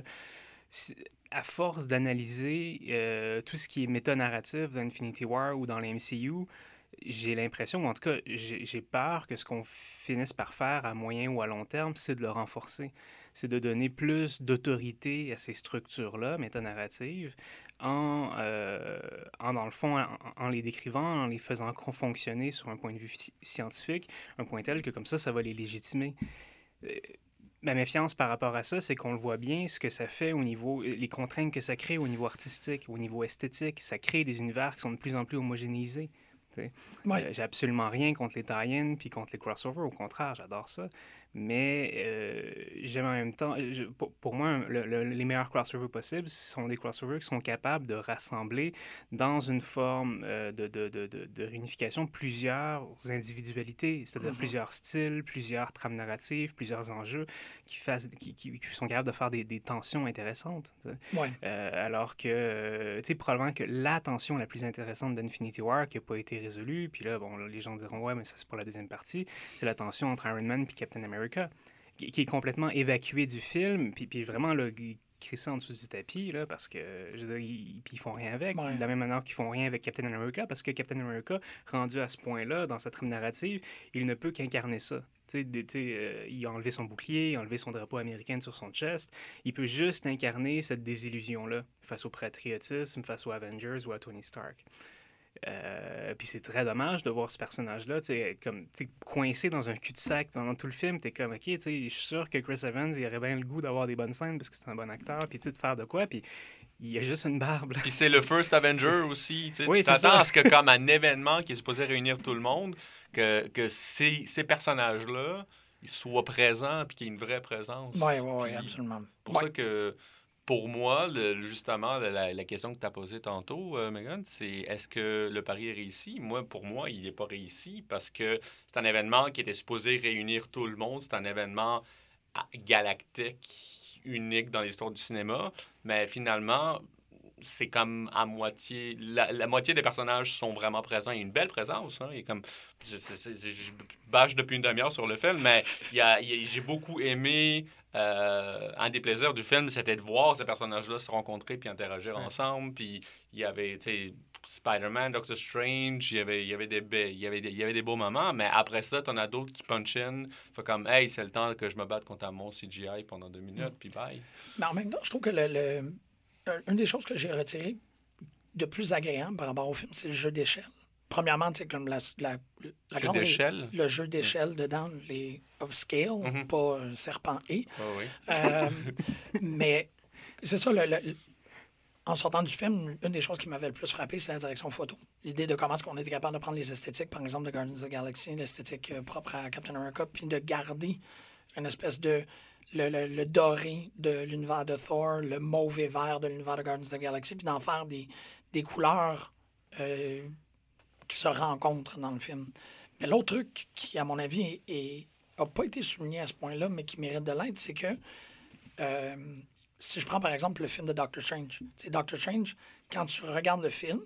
à force d'analyser tout ce qui est méta-narratif dans Infinity War ou dans les MCU, j'ai l'impression, ou en tout cas, j'ai peur que ce qu'on finisse par faire à moyen ou à long terme, c'est de le renforcer. C'est de donner plus d'autorité à ces structures-là, méta-narratives, dans le fond, en les décrivant, en les faisant fonctionner sur un point de vue scientifique, un point tel que comme ça va les légitimer. Ma méfiance par rapport à ça, c'est qu'on le voit bien, ce que ça fait au niveau, les contraintes que ça crée au niveau artistique, au niveau esthétique. Ça crée des univers qui sont de plus en plus homogénéisés. J'ai absolument rien contre les tie-ins puis contre les crossovers. Au contraire, j'adore ça. Mais j'aime en même temps... pour moi, les meilleurs crossovers possibles sont des crossovers qui sont capables de rassembler dans une forme de réunification plusieurs individualités, c'est-à-dire plusieurs styles, plusieurs trames narratives, plusieurs enjeux qui sont capables de faire des tensions intéressantes. Alors que, probablement que la tension la plus intéressante d'Infinity War qui n'a pas été résolue, puis là, les gens diront « Ouais, mais ça, c'est pour la deuxième partie », c'est la tension entre Iron Man et Captain America, qui est complètement évacuée du film, puis vraiment, là, crissé en dessous du tapis, là, parce que, je veux dire, ils font rien avec. De la même manière qu'ils font rien avec Captain America, parce que Captain America, rendu à ce point-là, dans sa trame narrative, il ne peut qu'incarner ça. Il a enlevé son bouclier, il a enlevé son drapeau américain sur son chest. Il peut juste incarner cette désillusion-là face au patriotisme, face aux Avengers ou à Tony Stark. Puis c'est très dommage de voir ce personnage-là coincé dans un cul-de-sac pendant tout le film. T'es comme, OK, je suis sûr que Chris Evans, il aurait bien le goût d'avoir des bonnes scènes parce que c'est un bon acteur, puis de faire de quoi, puis il a juste une barbe. Puis c'est le First Avenger aussi. Oui, tu t'attends à ce que, comme un événement qui est supposé réunir tout le monde, que ces personnages-là ils soient présents puis qu'il y ait une vraie présence. Oui, absolument. C'est pour ça que... Pour moi, justement, la question que tu as posée tantôt, Megan, c'est est-ce que le pari est réussi? Pour moi, il n'est pas réussi parce que c'est un événement qui était supposé réunir tout le monde. C'est un événement galactique, unique dans l'histoire du cinéma. Mais finalement, c'est comme à moitié... La moitié des personnages sont vraiment présents. Il y a une belle présence. Hein? Je bâche depuis une demi-heure sur le film, mais j'ai beaucoup aimé... un des plaisirs du film, c'était de voir ces personnages-là se rencontrer puis interagir ensemble. Puis il y avait, Spider-Man, Doctor Strange, il y avait des beaux moments, mais après ça, t'en as d'autres qui punch-in. Fait comme, hey, c'est le temps que je me batte contre un monstre CGI pendant 2 minutes, puis bye. Mais en même temps, je trouve que une des choses que j'ai retirées de plus agréable par rapport au film, c'est le jeu d'échelle. Premièrement, c'est comme la grande d'échelle. Le jeu d'échelle dedans, les of scale, pas serpent et. Mais c'est ça, en sortant du film, une des choses qui m'avait le plus frappé, c'est la direction photo. L'idée de comment est-ce qu'on était capable de prendre les esthétiques, par exemple, de Guardians of the Galaxy, l'esthétique propre à Captain America, puis de garder une espèce de le doré de l'univers de Thor, le mauve et vert de l'univers de Guardians of the Galaxy, puis d'en faire des couleurs qui se rencontrent dans le film. Mais l'autre truc qui, à mon avis, n'a pas été souligné à ce point-là, mais qui mérite de l'être, c'est que si je prends par exemple le film de Doctor Strange, Doctor Strange, quand tu regardes le film,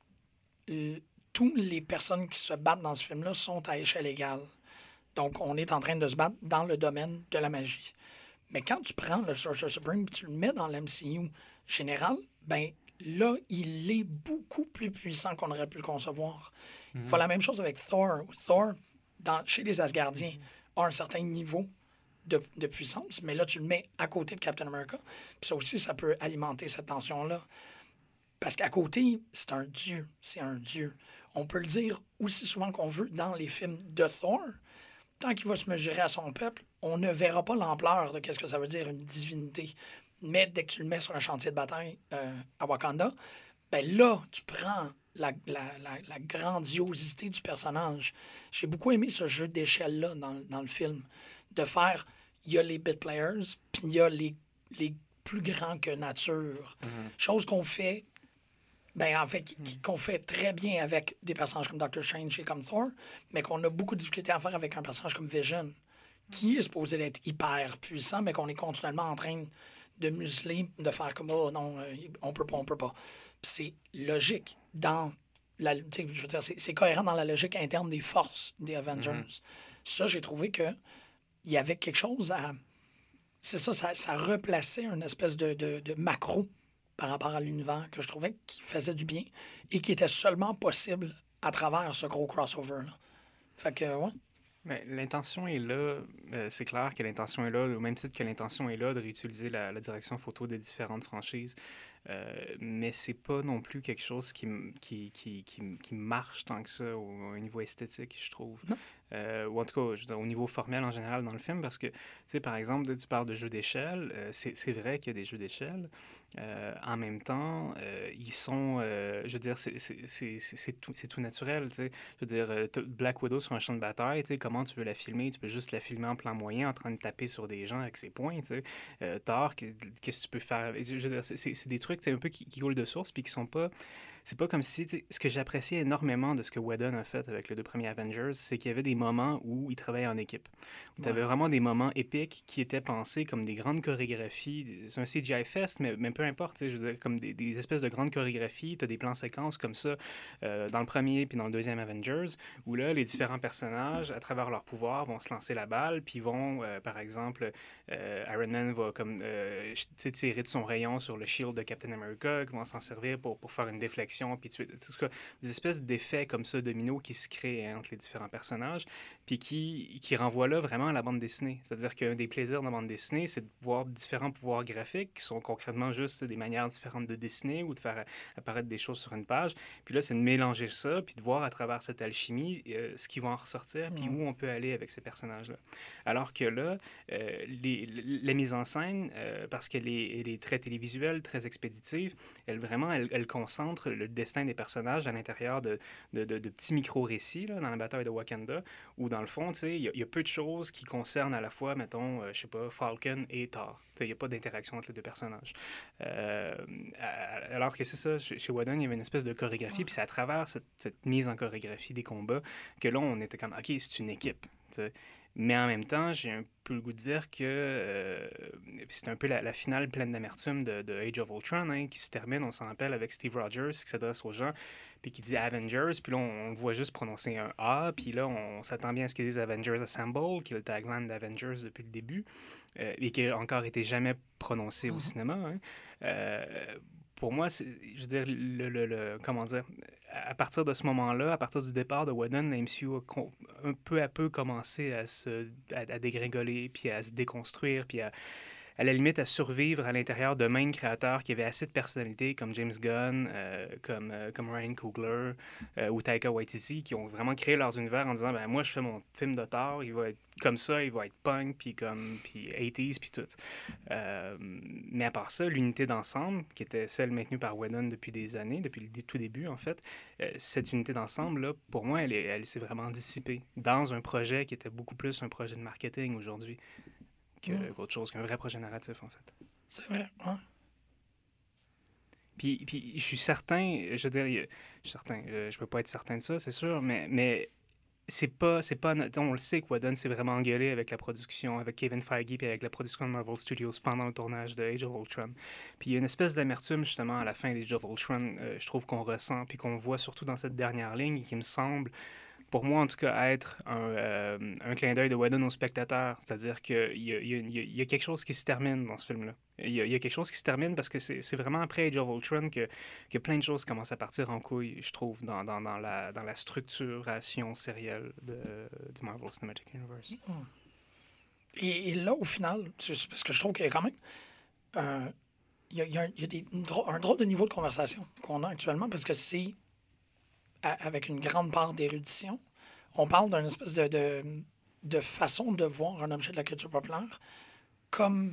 toutes les personnes qui se battent dans ce film-là sont à échelle égale. Donc, on est en train de se battre dans le domaine de la magie. Mais quand tu prends le Sorcerer Supreme et tu le mets dans l'MCU général, ben là, il est beaucoup plus puissant qu'on aurait pu le concevoir. Il faut la même chose avec Thor. Thor, chez les Asgardiens, a un certain niveau de puissance, mais là, tu le mets à côté de Captain America. Puis ça aussi, ça peut alimenter cette tension-là. Parce qu'à côté, c'est un dieu. C'est un dieu. On peut le dire aussi souvent qu'on veut dans les films de Thor. Tant qu'il va se mesurer à son peuple, on ne verra pas l'ampleur de ce que ça veut dire une divinité. Mais dès que tu le mets sur un chantier de bataille à Wakanda, ben là, tu prends la grandiosité du personnage. J'ai beaucoup aimé ce jeu d'échelle-là dans le film. De faire, il y a les bit players, puis il y a les plus grands que nature. Chose qu'on fait, qu'on fait très bien avec des personnages comme Doctor Strange et comme Thor, mais qu'on a beaucoup de difficulté à faire avec un personnage comme Vision, qui est supposé d'être hyper puissant, mais qu'on est continuellement en train de museler, de faire comme « Oh non, on peut pas ». C'est logique dans je veux dire, c'est cohérent dans la logique interne des forces des Avengers. Ça, j'ai trouvé que il y avait quelque chose à... C'est ça replaçait une espèce de macro par rapport à l'univers que je trouvais qui faisait du bien et qui était seulement possible à travers ce gros crossover-là. Fait que, ouais. Mais l'intention est là, c'est clair que l'intention est là, au même titre que l'intention est là de réutiliser la direction photo des différentes franchises. Mais c'est pas non plus quelque chose qui marche tant que ça au niveau esthétique, je trouve. Ou en tout cas, je veux dire, au niveau formel en général dans le film, parce que, tu sais, par exemple, tu parles de jeux d'échelle, c'est vrai qu'il y a des jeux d'échelle. En même temps, ils sont, je veux dire, c'est tout naturel, tu sais. Je veux dire, Black Widow sur un champ de bataille, tu sais, comment tu veux la filmer? Tu peux juste la filmer en plan moyen, en train de taper sur des gens avec ses poings, tu sais. Thor, qu'est-ce que tu peux faire? Je veux dire, c'est des trucs, un peu qui coulent de source, puis qui sont pas... C'est pas comme si, ce que j'appréciais énormément de ce que Whedon a fait avec les 2 premiers Avengers, c'est qu'il y avait des moments où il travaillait en équipe. Tu avais vraiment des moments épiques qui étaient pensés comme des grandes chorégraphies. C'est un CGI fest, mais peu importe, je veux dire, comme des espèces de grandes chorégraphies. Tu as des plans séquences comme ça dans le premier puis dans le deuxième Avengers, où là, les différents personnages, à travers leur pouvoir, vont se lancer la balle, puis vont, par exemple, Iron Man va comme tirer de son rayon sur le shield de Captain America, qui vont s'en servir pour faire une déflexion, puis en tout cas, des espèces d'effets comme ça, dominos, qui se créent entre les différents personnages, puis qui renvoient là vraiment à la bande dessinée. C'est-à-dire qu'un des plaisirs de la bande dessinée, c'est de voir différents pouvoirs graphiques qui sont concrètement juste des manières différentes de dessiner ou de faire apparaître des choses sur une page. Puis là, c'est de mélanger ça, puis de voir à travers cette alchimie ce qui va en ressortir, puis où on peut aller avec ces personnages-là. Alors que là, la mise en scène, parce qu'elle est très télévisuelle, très expéditive, elle concentre le destin des personnages à l'intérieur de petits micro-récits là, dans la bataille de Wakanda, où dans le fond, il y a peu de choses qui concernent à la fois, mettons, je sais pas, Falcon et Thor. Il n'y a pas d'interaction entre les 2 personnages. Alors que c'est ça, chez Whedon, il y avait une espèce de chorégraphie, puis c'est à travers cette mise en chorégraphie des combats que là, on était comme, OK, c'est une équipe, t'sais. Mais en même temps, j'ai un peu le goût de dire que c'est un peu la finale pleine d'amertume de Age of Ultron, hein, qui se termine, on s'en rappelle, avec Steve Rogers qui s'adresse aux gens, puis qui dit Avengers, puis là, on le voit juste prononcer un A, puis là, on s'attend bien à ce qu'ils disent Avengers Assemble, qui est le tagline d'Avengers depuis le début, et qui n'a encore été jamais prononcé au cinéma. Hein. Pour moi, je veux dire, comment dire, à partir de ce moment-là, à partir du départ de Whedon, la MCU a un peu à peu commencé à dégringoler, puis à se déconstruire, puis à la limite à survivre à l'intérieur de mêmes créateurs qui avaient assez de personnalité, comme James Gunn, comme Ryan Coogler ou Taika Waititi, qui ont vraiment créé leurs univers en disant, ben moi, je fais mon film de Thor, il va être comme ça, il va être punk, puis 80s, puis tout. Mais à part ça, l'unité d'ensemble, qui était celle maintenue par Whedon depuis des années, depuis le tout début, en fait, cette unité d'ensemble-là, pour moi, elle s'est vraiment dissipée dans un projet qui était beaucoup plus un projet de marketing aujourd'hui. qu'autre chose, qu'un vrai projet narratif, en fait. C'est vrai, ouais. Puis je suis certain, je veux dire, je suis certain, je peux pas être certain de ça, c'est sûr, mais c'est pas, on le sait que Whedon s'est vraiment engueulé avec la production, avec Kevin Feige, puis avec la production de Marvel Studios pendant le tournage de Age of Ultron. Puis il y a une espèce d'amertume, justement, à la fin d'Age of Ultron, je trouve qu'on ressent, puis qu'on voit surtout dans cette dernière ligne, qui me semble, pour moi en tout cas, être un clin d'œil de Whedon au spectateur. C'est-à-dire qu'il y a quelque chose qui se termine dans ce film-là. Il y a quelque chose qui se termine parce que c'est vraiment après Age of Ultron que plein de choses commencent à partir en couille, je trouve, dans la structuration sérielle du Marvel Cinematic Universe. Et là, au final, parce que je trouve qu'il y a quand même il y a un drôle de niveau de conversation qu'on a actuellement parce que c'est avec une grande part d'érudition. On parle d'une espèce de façon de voir un objet de la culture populaire comme...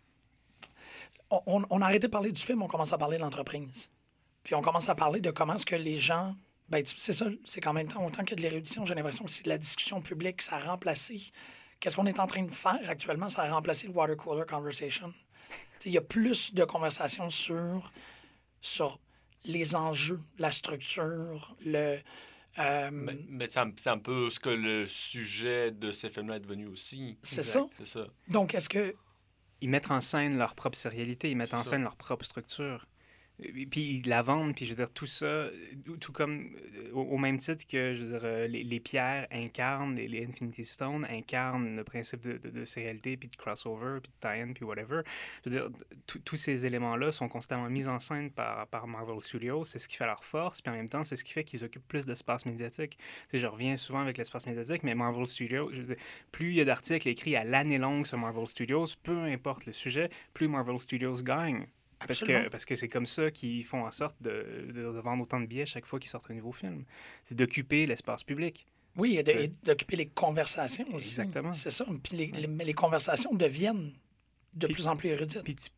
On a arrêté de parler du film, on commence à parler de l'entreprise. Puis on commence à parler de comment est-ce que les gens... Ben, c'est ça, c'est qu'en même temps, autant que de l'érudition, j'ai l'impression que c'est de la discussion publique, ça a remplacé... Qu'est-ce qu'on est en train de faire actuellement? Ça a remplacé le water cooler conversation. Il y a plus de conversations sur les enjeux, la structure, le... Mais c'est un peu ce que le sujet de ces films-là est devenu aussi. C'est ça. Donc, est-ce que... Ils mettent en scène leur propre sérialité, ils mettent en scène leur propre structure. Et puis ils la vendent, puis je veux dire, tout ça, tout comme au même titre que, je veux dire, les pierres incarnent, les Infinity Stones incarnent le principe de sérialité, puis de crossover, puis de tie-in, puis whatever. Je veux dire, tous ces éléments-là sont constamment mis en scène par Marvel Studios, c'est ce qui fait leur force, puis en même temps, c'est ce qui fait qu'ils occupent plus d'espace médiatique. Tu sais, je reviens souvent avec l'espace médiatique, mais Marvel Studios, je veux dire, plus il y a d'articles écrits à l'année longue sur Marvel Studios, peu importe le sujet, plus Marvel Studios gagne. Parce que c'est comme ça qu'ils font en sorte de vendre autant de billets chaque fois qu'ils sortent un nouveau film. C'est d'occuper l'espace public. Oui, et d'occuper les conversations aussi. Exactement. C'est ça. Puis les conversations deviennent de plus en plus érudites.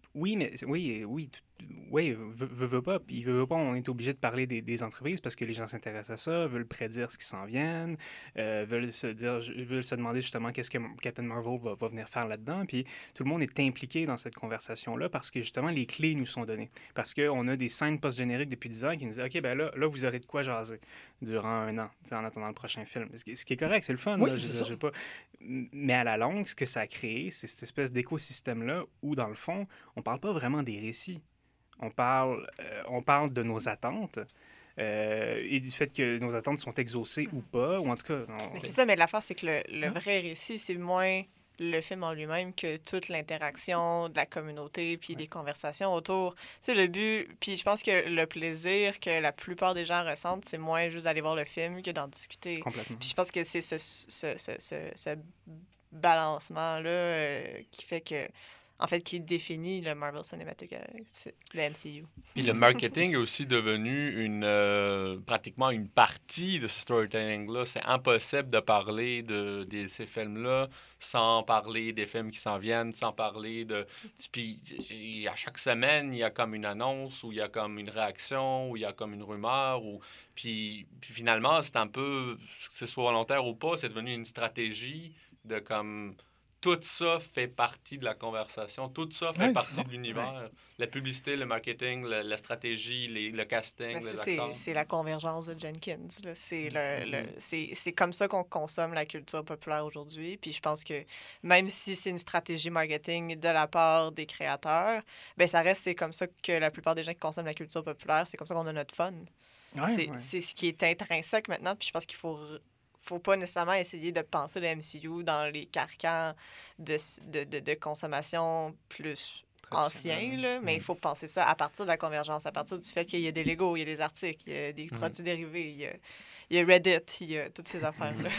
Veut pas. Puis veut pas, on est obligé de parler des entreprises parce que les gens s'intéressent à ça, veulent prédire ce qui s'en vient, veulent se demander justement qu'est-ce que Captain Marvel va venir faire là-dedans. Puis tout le monde est impliqué dans cette conversation-là parce que justement, les clés nous sont données. Parce qu'on a des scènes post-génériques depuis 10 ans qui nous disent « OK, ben là, vous aurez de quoi jaser durant un an, en attendant le prochain film. » Ce qui est correct, c'est le fun. Oui, là, c'est ça. Mais à la longue, ce que ça a créé, c'est cette espèce d'écosystème-là où, dans le fond, on parle pas vraiment des récits. On parle de nos attentes et du fait que nos attentes sont exaucées ou pas, ou en tout cas... Mais c'est ça, mais l'affaire, c'est que le vrai récit, c'est moins le film en lui-même que toute l'interaction de la communauté puis des conversations autour. C'est le but, puis je pense que le plaisir que la plupart des gens ressentent, c'est moins juste d'aller voir le film que d'en discuter. Complètement. Puis je pense que c'est ce balancement-là qui fait que... En fait, qui définit le Marvel Cinematic, le MCU. Puis le marketing est aussi devenu pratiquement une partie de ce storytelling-là. C'est impossible de parler de ces films-là sans parler des films qui s'en viennent, sans parler de... Puis à chaque semaine, il y a comme une annonce, ou il y a comme une réaction, ou il y a comme une rumeur, ou... Puis finalement, c'est un peu, que ce soit volontaire ou pas, c'est devenu une stratégie de comme... Tout ça fait partie de la conversation. Tout ça fait partie de l'univers. Ouais. La publicité, le marketing, la stratégie, le casting, les acteurs. C'est la convergence de Jenkins. C'est comme ça qu'on consomme la culture populaire aujourd'hui. Puis je pense que même si c'est une stratégie marketing de la part des créateurs, ben ça reste, c'est comme ça que la plupart des gens qui consomment la culture populaire, c'est comme ça qu'on a notre fun. C'est ce qui est intrinsèque maintenant. Puis je pense qu'il faut pas nécessairement essayer de penser le MCU dans les carcans de consommation plus anciens, là, mais il faut penser ça à partir de la convergence, à partir du fait qu'il y a des Legos, il y a des articles, il y a des produits dérivés, il y a Reddit, il y a toutes ces affaires-là.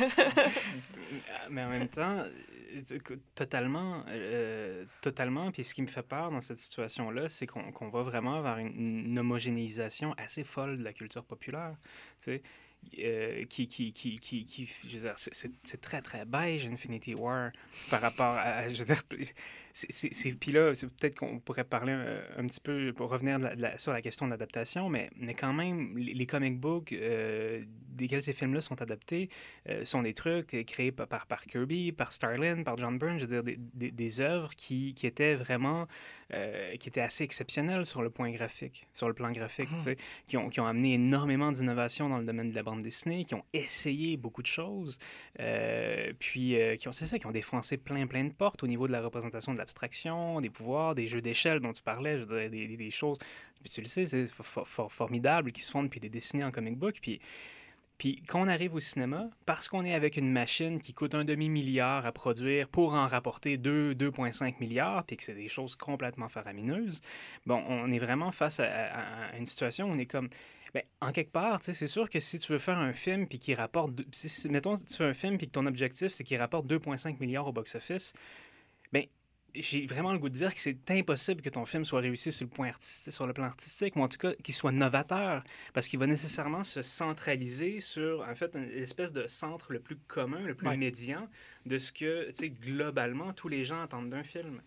Mais en même temps, totalement. Puis ce qui me fait peur dans cette situation-là, c'est qu'on va vraiment vers une homogénéisation assez folle de la culture populaire. Tu sais, je veux dire, c'est très, très beige, Infinity War, par rapport à, je veux dire, puis là, peut-être qu'on pourrait parler un petit peu, pour revenir sur la question de l'adaptation, mais quand même, les comic books desquels ces films-là sont adaptés sont des trucs créés par Kirby, par Starlin, par John Byrne, je veux dire, des œuvres qui étaient vraiment, qui étaient assez exceptionnelles sur le plan graphique, tu sais, qui ont amené énormément d'innovations dans le domaine de la bande dessinée, qui ont essayé beaucoup de choses, puis qui ont défoncé plein de portes au niveau de la représentation de l'abstraction, des pouvoirs, des jeux d'échelle dont tu parlais, je veux dire, des choses, puis tu le sais, c'est formidable, qui se font depuis des décennies en comic book, puis quand on arrive au cinéma, parce qu'on est avec une machine qui coûte 1,5 milliard à produire pour en rapporter 2,5 milliards, puis que c'est des choses complètement faramineuses, bon, on est vraiment face à une situation où on est comme... Bien, en quelque part, c'est sûr que si tu veux faire un film puis qui rapporte... mettons, tu fais un film puis que ton objectif, c'est qu'il rapporte 2,5 milliards au box-office, bien, j'ai vraiment le goût de dire que c'est impossible que ton film soit réussi sur le plan artistique, ou en tout cas qu'il soit novateur, parce qu'il va nécessairement se centraliser sur, en fait, une espèce de centre le plus commun, le plus médian de ce que, tu sais, globalement, tous les gens attendent d'un film.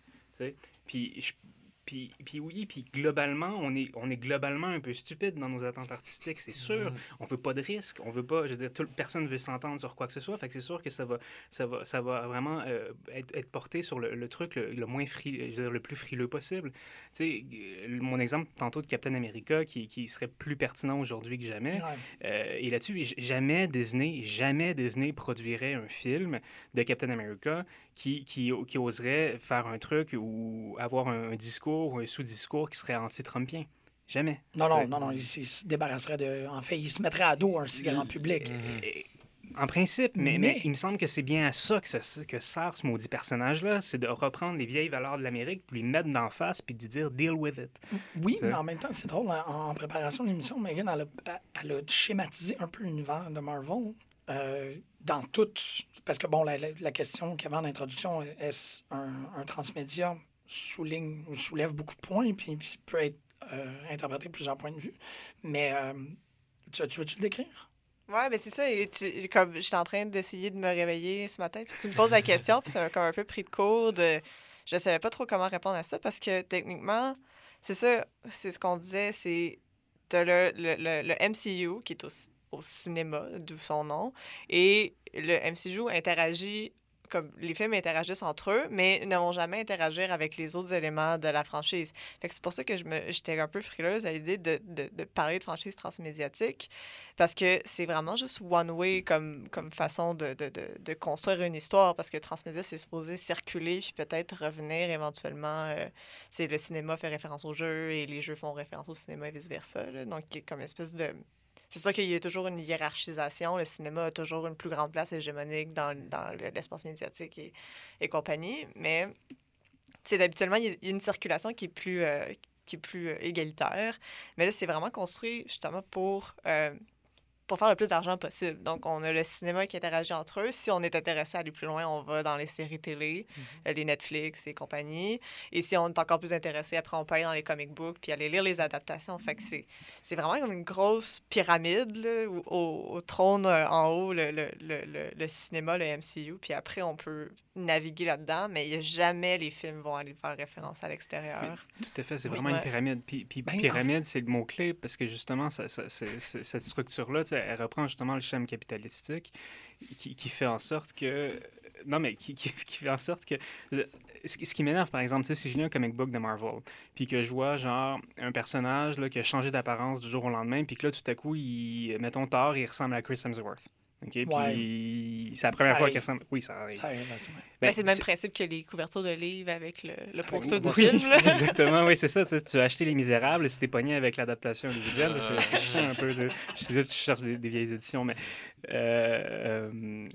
Puis globalement, on est globalement un peu stupide dans nos attentes artistiques, c'est sûr. On veut pas de risque, on veut pas, je veux dire, personne veut s'entendre sur quoi que ce soit, fait que c'est sûr que ça va vraiment être porté sur le truc le moins frileux, je veux dire, le plus frileux possible. Tu sais, mon exemple tantôt de Captain America qui serait plus pertinent aujourd'hui que jamais. Et là-dessus, jamais Disney produirait un film de Captain America qui oserait faire un truc ou avoir un discours ou un sous-discours qui serait anti-trumpien. Jamais. Non, il se débarrasserait de... En fait, il se mettrait à dos un si grand public. En principe, mais il me semble que c'est bien à ça que sert ce maudit personnage-là, c'est de reprendre les vieilles valeurs de l'Amérique, puis lui mettre d'en face, puis de dire « deal with it ». Oui, mais en même temps, c'est drôle, en préparation de l'émission, Megan, elle a schématisé un peu l'univers de Marvel dans tout... Parce que, bon, la question qu'il y avait en introduction, est-ce un transmédia soulève beaucoup de points, puis peut être interprété de plusieurs points de vue. Mais tu veux-tu le décrire? Ouais, ben c'est ça. Comme j'étais en train d'essayer de me réveiller ce matin, puis tu me poses la question, puis ça m'a comme un peu pris de court. Je savais pas trop comment répondre à ça, parce que techniquement, c'est ça, c'est ce qu'on disait, c'est t'as le MCU qui est au cinéma, d'où son nom, et le MCU interagit, comme les films interagissent entre eux, mais ne vont jamais interagir avec les autres éléments de la franchise. Fait que c'est pour ça que j'étais un peu frileuse à l'idée de parler de franchise transmédiatique, parce que c'est vraiment juste one way comme façon de construire une histoire, parce que transmédia, c'est supposé circuler, puis peut-être revenir éventuellement. C'est le cinéma fait référence aux jeux, et les jeux font référence au cinéma et vice-versa. Donc, il y a comme une espèce de... C'est sûr qu'il y a toujours une hiérarchisation. Le cinéma a toujours une plus grande place hégémonique dans l'espace médiatique et compagnie. Mais habituellement, il y a une circulation qui est plus égalitaire. Mais là, c'est vraiment construit justement pour faire le plus d'argent possible. Donc, on a le cinéma qui interagit entre eux. Si on est intéressé à aller plus loin, on va dans les séries télé, les Netflix et compagnie. Et si on est encore plus intéressé, après, on peut aller dans les comic books puis aller lire les adaptations. Fait que c'est vraiment comme une grosse pyramide, là, où au trône en haut, le cinéma, le MCU. Puis après, on peut naviguer là-dedans, mais il n'y a jamais les films vont aller faire référence à l'extérieur. Oui, tout à fait, c'est vraiment une pyramide. Puis pyramide, c'est le mot-clé, parce que justement, cette structure-là, elle reprend justement le schéma capitalistique qui fait en sorte que... Non, mais qui fait en sorte que... Ce qui m'énerve, par exemple, si je lis un comic book de Marvel, puis que je vois, genre, un personnage là, qui a changé d'apparence du jour au lendemain, puis que là, tout à coup, mettons, Thor, il ressemble à Chris Hemsworth. OK? Puis c'est la première fois qu'il ressemble... Oui, ça arrive. C'est le même principe que les couvertures de livres avec le poster du film. Là. Exactement, oui, c'est ça. Tu as acheté Les Misérables et c'était pogné avec l'adaptation hollywoodienne. C'est chiant un peu. Je sais que tu cherches des vieilles éditions, mais... La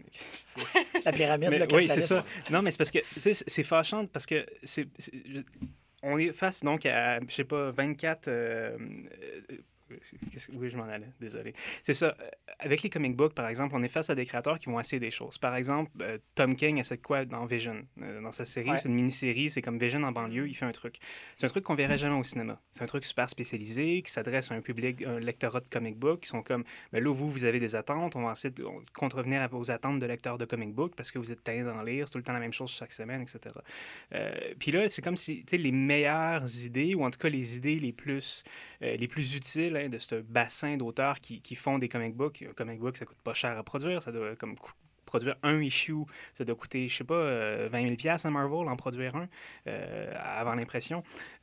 pyramide, le oui, c'est ça. Non, mais c'est parce que c'est fâchant parce que on est face donc à, je sais pas, 24 Oui, je m'en allais, désolé. C'est ça. Avec les comic books, par exemple, on est face à des créateurs qui vont essayer des choses. Par exemple, Tom King essaie de quoi dans Vision? Dans sa série, c'est une mini-série, c'est comme Vision en banlieue, il fait un truc. C'est un truc qu'on verrait jamais au cinéma. C'est un truc super spécialisé, qui s'adresse à un public, un lectorat de comic book, qui sont comme, ben là, vous avez des attentes, on va essayer de contrevenir à vos attentes de lecteurs de comic book, parce que vous êtes tanné d'en lire, c'est tout le temps la même chose chaque semaine, etc. Puis là, c'est comme si, tu sais, les meilleures idées, ou en tout cas les idées les plus utiles de ce bassin d'auteurs qui font des comic books. Un comic book, ça coûte pas cher à produire. Ça doit comme produire un issue, ça doit coûter, je sais pas, 20 000 $ à Marvel en produire un avant l'impression.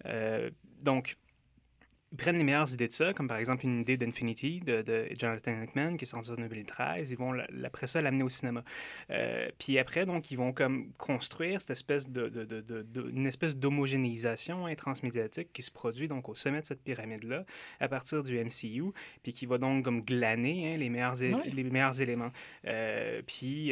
Donc, ils prennent les meilleures idées de ça, comme par exemple une idée d'Infinity de Jonathan Hickman qui est sortie en 2013. Ils vont, après ça, l'amener au cinéma. Puis après, donc, ils vont comme construire cette espèce une espèce d'homogénéisation transmédiatique qui se produit donc au sommet de cette pyramide-là, à partir du MCU, puis qui va donc comme glaner les meilleurs éléments. Puis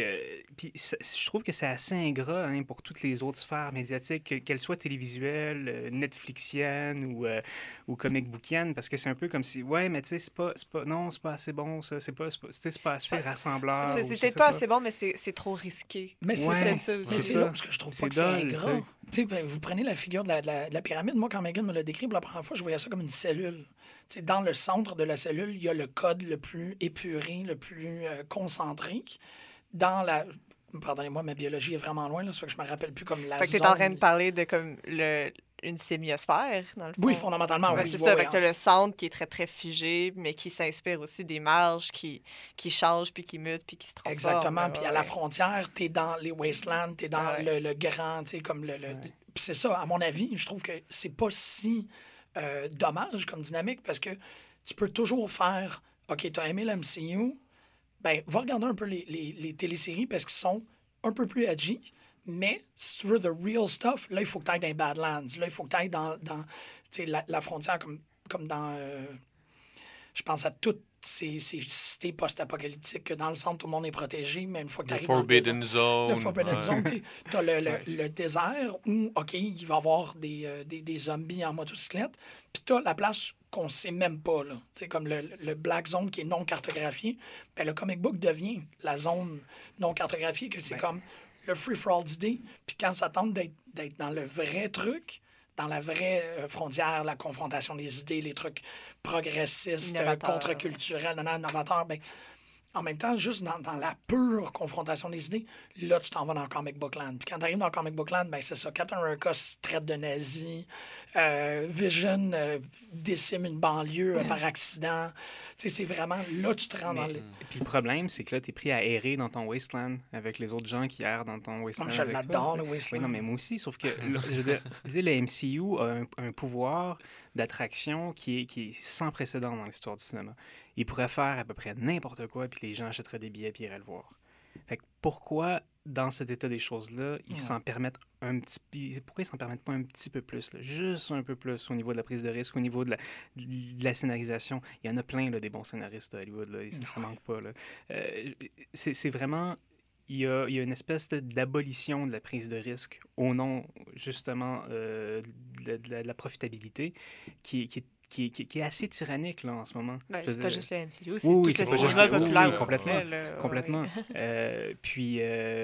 je trouve que c'est assez ingrat pour toutes les autres sphères médiatiques, qu'elles soient télévisuelles, Netflixiennes ou comic bouquienne, parce que c'est un peu comme si mais tu sais c'est pas assez bon ça, c'est pas assez rassembleur. C'est peut-être pas assez bon, mais c'est trop risqué. Mais c'est ça. C'est là parce que je trouve pas que c'est ingrat. Vous prenez la figure de la pyramide. Moi, quand Megan me l'a décrit pour la première fois, je voyais ça comme une cellule. T'sais, dans le centre de la cellule, il y a le code le plus épuré, le plus concentré. Pardonnez-moi, ma biologie est vraiment loin, là, ça fait que je me rappelle plus comme la zone. Fait que t'es en train de parler de comme une sémiosphère, dans le fond. Oui, fondamentalement, oui. C'est ça, fait que t'as le centre qui est très, très figé, mais qui s'inspire aussi des marges qui changent, puis qui mutent, puis qui se transforment. Exactement, puis à la frontière, t'es dans les wastelands, t'es dans le grand, tu sais, comme le... Puis c'est ça, à mon avis, je trouve que c'est pas si dommage comme dynamique, parce que tu peux toujours faire, OK, t'as aimé l'MCU, ben va regarder un peu les téléséries, parce qu'ils sont un peu plus edgy. Mais si tu veux the real stuff, là, il faut que tu ailles dans les Badlands. Là, il faut que tu ailles dans la frontière comme dans... je pense à toutes ces cités post-apocalyptiques que dans le centre, tout le monde est protégé, mais une fois que tu arrives dans Forbidden Zone. Le Forbidden Zone, tu as le désert où, OK, il va y avoir des zombies en motocyclette, puis tu as la place qu'on ne sait même pas, là. Comme le Black Zone qui est non cartographié. Ben, le comic book devient la zone non cartographiée, que c'est comme le free-for-all d'idées. Puis quand ça tente d'être dans le vrai truc, dans la vraie frontière, la confrontation des idées, les trucs progressistes, contre-culturels, innovateurs, ben, en même temps, juste dans la pure confrontation des idées, là, tu t'en vas dans Comic Book Land. Puis quand tu arrives dans Comic Book Land, ben, c'est ça. Captain America se traite de nazi. Vision décime une banlieue par accident. Tu sais, c'est vraiment... Là, tu te rends dans le... Puis le problème, c'est que là, tu es pris à errer dans ton wasteland avec les autres gens qui errent dans ton wasteland. Je l'adore, le wasteland. Oui, non, mais moi aussi, sauf que je veux dire, le MCU a un pouvoir d'attraction qui est sans précédent dans l'histoire du cinéma. Il pourrait faire à peu près n'importe quoi, puis les gens achèteraient des billets puis iraient le voir. Fait que pourquoi, dans cet état des choses-là, ils s'en permettent pourquoi ils s'en permettent pas un petit peu plus, là? Juste un peu plus au niveau de la prise de risque, au niveau de la scénarisation. Il y en a plein, là, des bons scénaristes à Hollywood, là. Ça manque pas, là. C'est vraiment... Il y a une espèce d'abolition de la prise de risque au nom, justement, de la profitabilité qui est assez tyrannique, là, en ce moment. C'est pas juste le MCU, c'est tout le cinéma populaire. Complètement. Puis,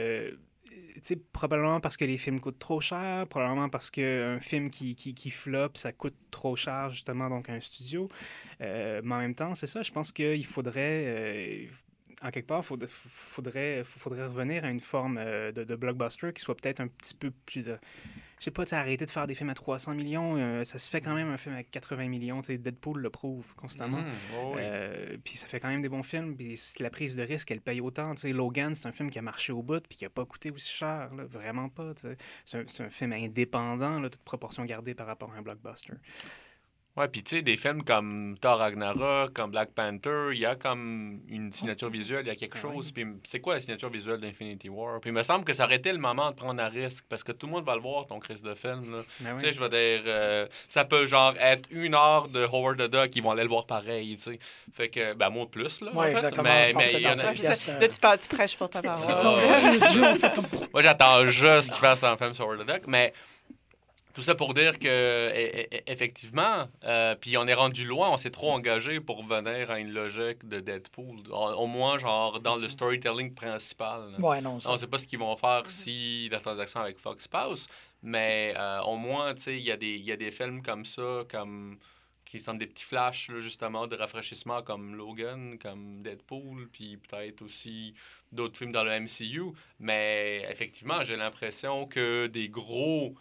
tu sais, probablement parce que les films coûtent trop cher, probablement parce qu'un film qui floppe, ça coûte trop cher, justement, donc à un studio. Mais en même temps, c'est ça, je pense qu'il faudrait... en quelque part, il faudrait revenir à une forme de blockbuster qui soit peut-être un petit peu plus... je sais pas, arrêter de faire des films à 300 millions. Ça se fait quand même un film à 80 millions. Deadpool le prouve constamment. Puis ça fait quand même des bons films. Puis la prise de risque, elle paye autant. Logan, c'est un film qui a marché au bout puis qui n'a pas coûté aussi cher. Là, vraiment pas. C'est un film indépendant, là, toute proportion gardée par rapport à un blockbuster. Ouais, puis tu sais, des films comme Thor Ragnarok, comme Black Panther, il y a comme une signature visuelle, il y a quelque chose. Puis c'est quoi la signature visuelle d'Infinity War? Puis il me semble que ça aurait été le moment de prendre un risque, parce que tout le monde va le voir, ton Chris de film. Là. Tu sais, je veux dire, ça peut genre être 1 heure de Howard the Duck, ils vont aller le voir pareil, tu sais. Fait que, ben moi plus, là. Oui, exactement. Mais il y en a... Là, tu prêches pour ta parole. Moi, j'attends juste qu'il fasse un film sur Howard the Duck, mais... Tout ça pour dire que, effectivement, puis on est rendu loin, on s'est trop engagé pour venir à une logique de Deadpool. Au moins, genre, dans le storytelling principal. Ouais, non, on ne sait pas ce qu'ils vont faire si la transaction avec Fox passe, mais au moins, tu sais, il y a des films comme ça, qui sont des petits flashs, là, justement, de rafraîchissement comme Logan, comme Deadpool, puis peut-être aussi d'autres films dans le MCU. Mais effectivement, j'ai l'impression que des gros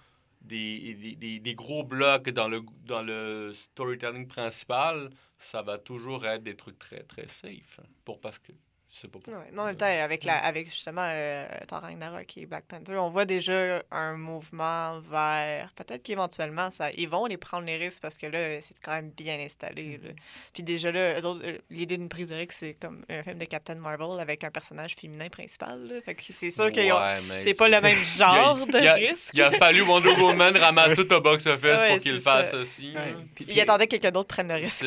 blocs dans le storytelling principal, ça va toujours être des trucs très, très safe. Parce que je sais pas pourquoi. Ouais, mais en même temps, avec justement Thor Ragnarok et Black Panther, on voit déjà un mouvement vers peut-être qu'éventuellement, ils vont les prendre les risques parce que là, c'est quand même bien installé. Là. Puis déjà là, eux autres, l'idée d'une prise de risque, c'est comme un film de Captain Marvel avec un personnage féminin principal. Là. Fait que c'est sûr que c'est pas le même genre de risque. Il a fallu Wonder Woman ramasse tout au box-office pour qu'il le fasse aussi. Ouais. Il attendait que quelqu'un d'autre prenne le risque.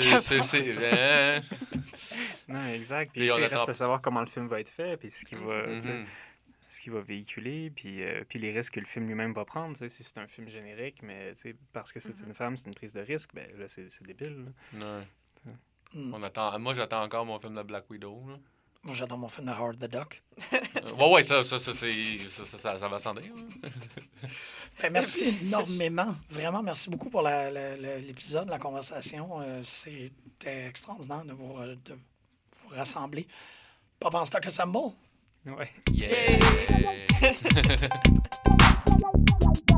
Non, exact. Puis il reste à savoir comment le film va être fait, puis ce qu'il va véhiculer, puis les risques que le film lui-même va prendre. Si c'est un film générique, mais parce que c'est une femme, c'est une prise de risque, ben là, c'est débile. Là. Ouais. Moi, j'attends encore mon film de Black Widow. Là. Moi, j'attends mon film de Howard the Duck. Ouais, ça va s'en dire. Ben, merci énormément. Vraiment, merci beaucoup pour l'épisode, la conversation. C'était extraordinaire de vous rassembler. Pop en stock assemble. Ouais. Yeah!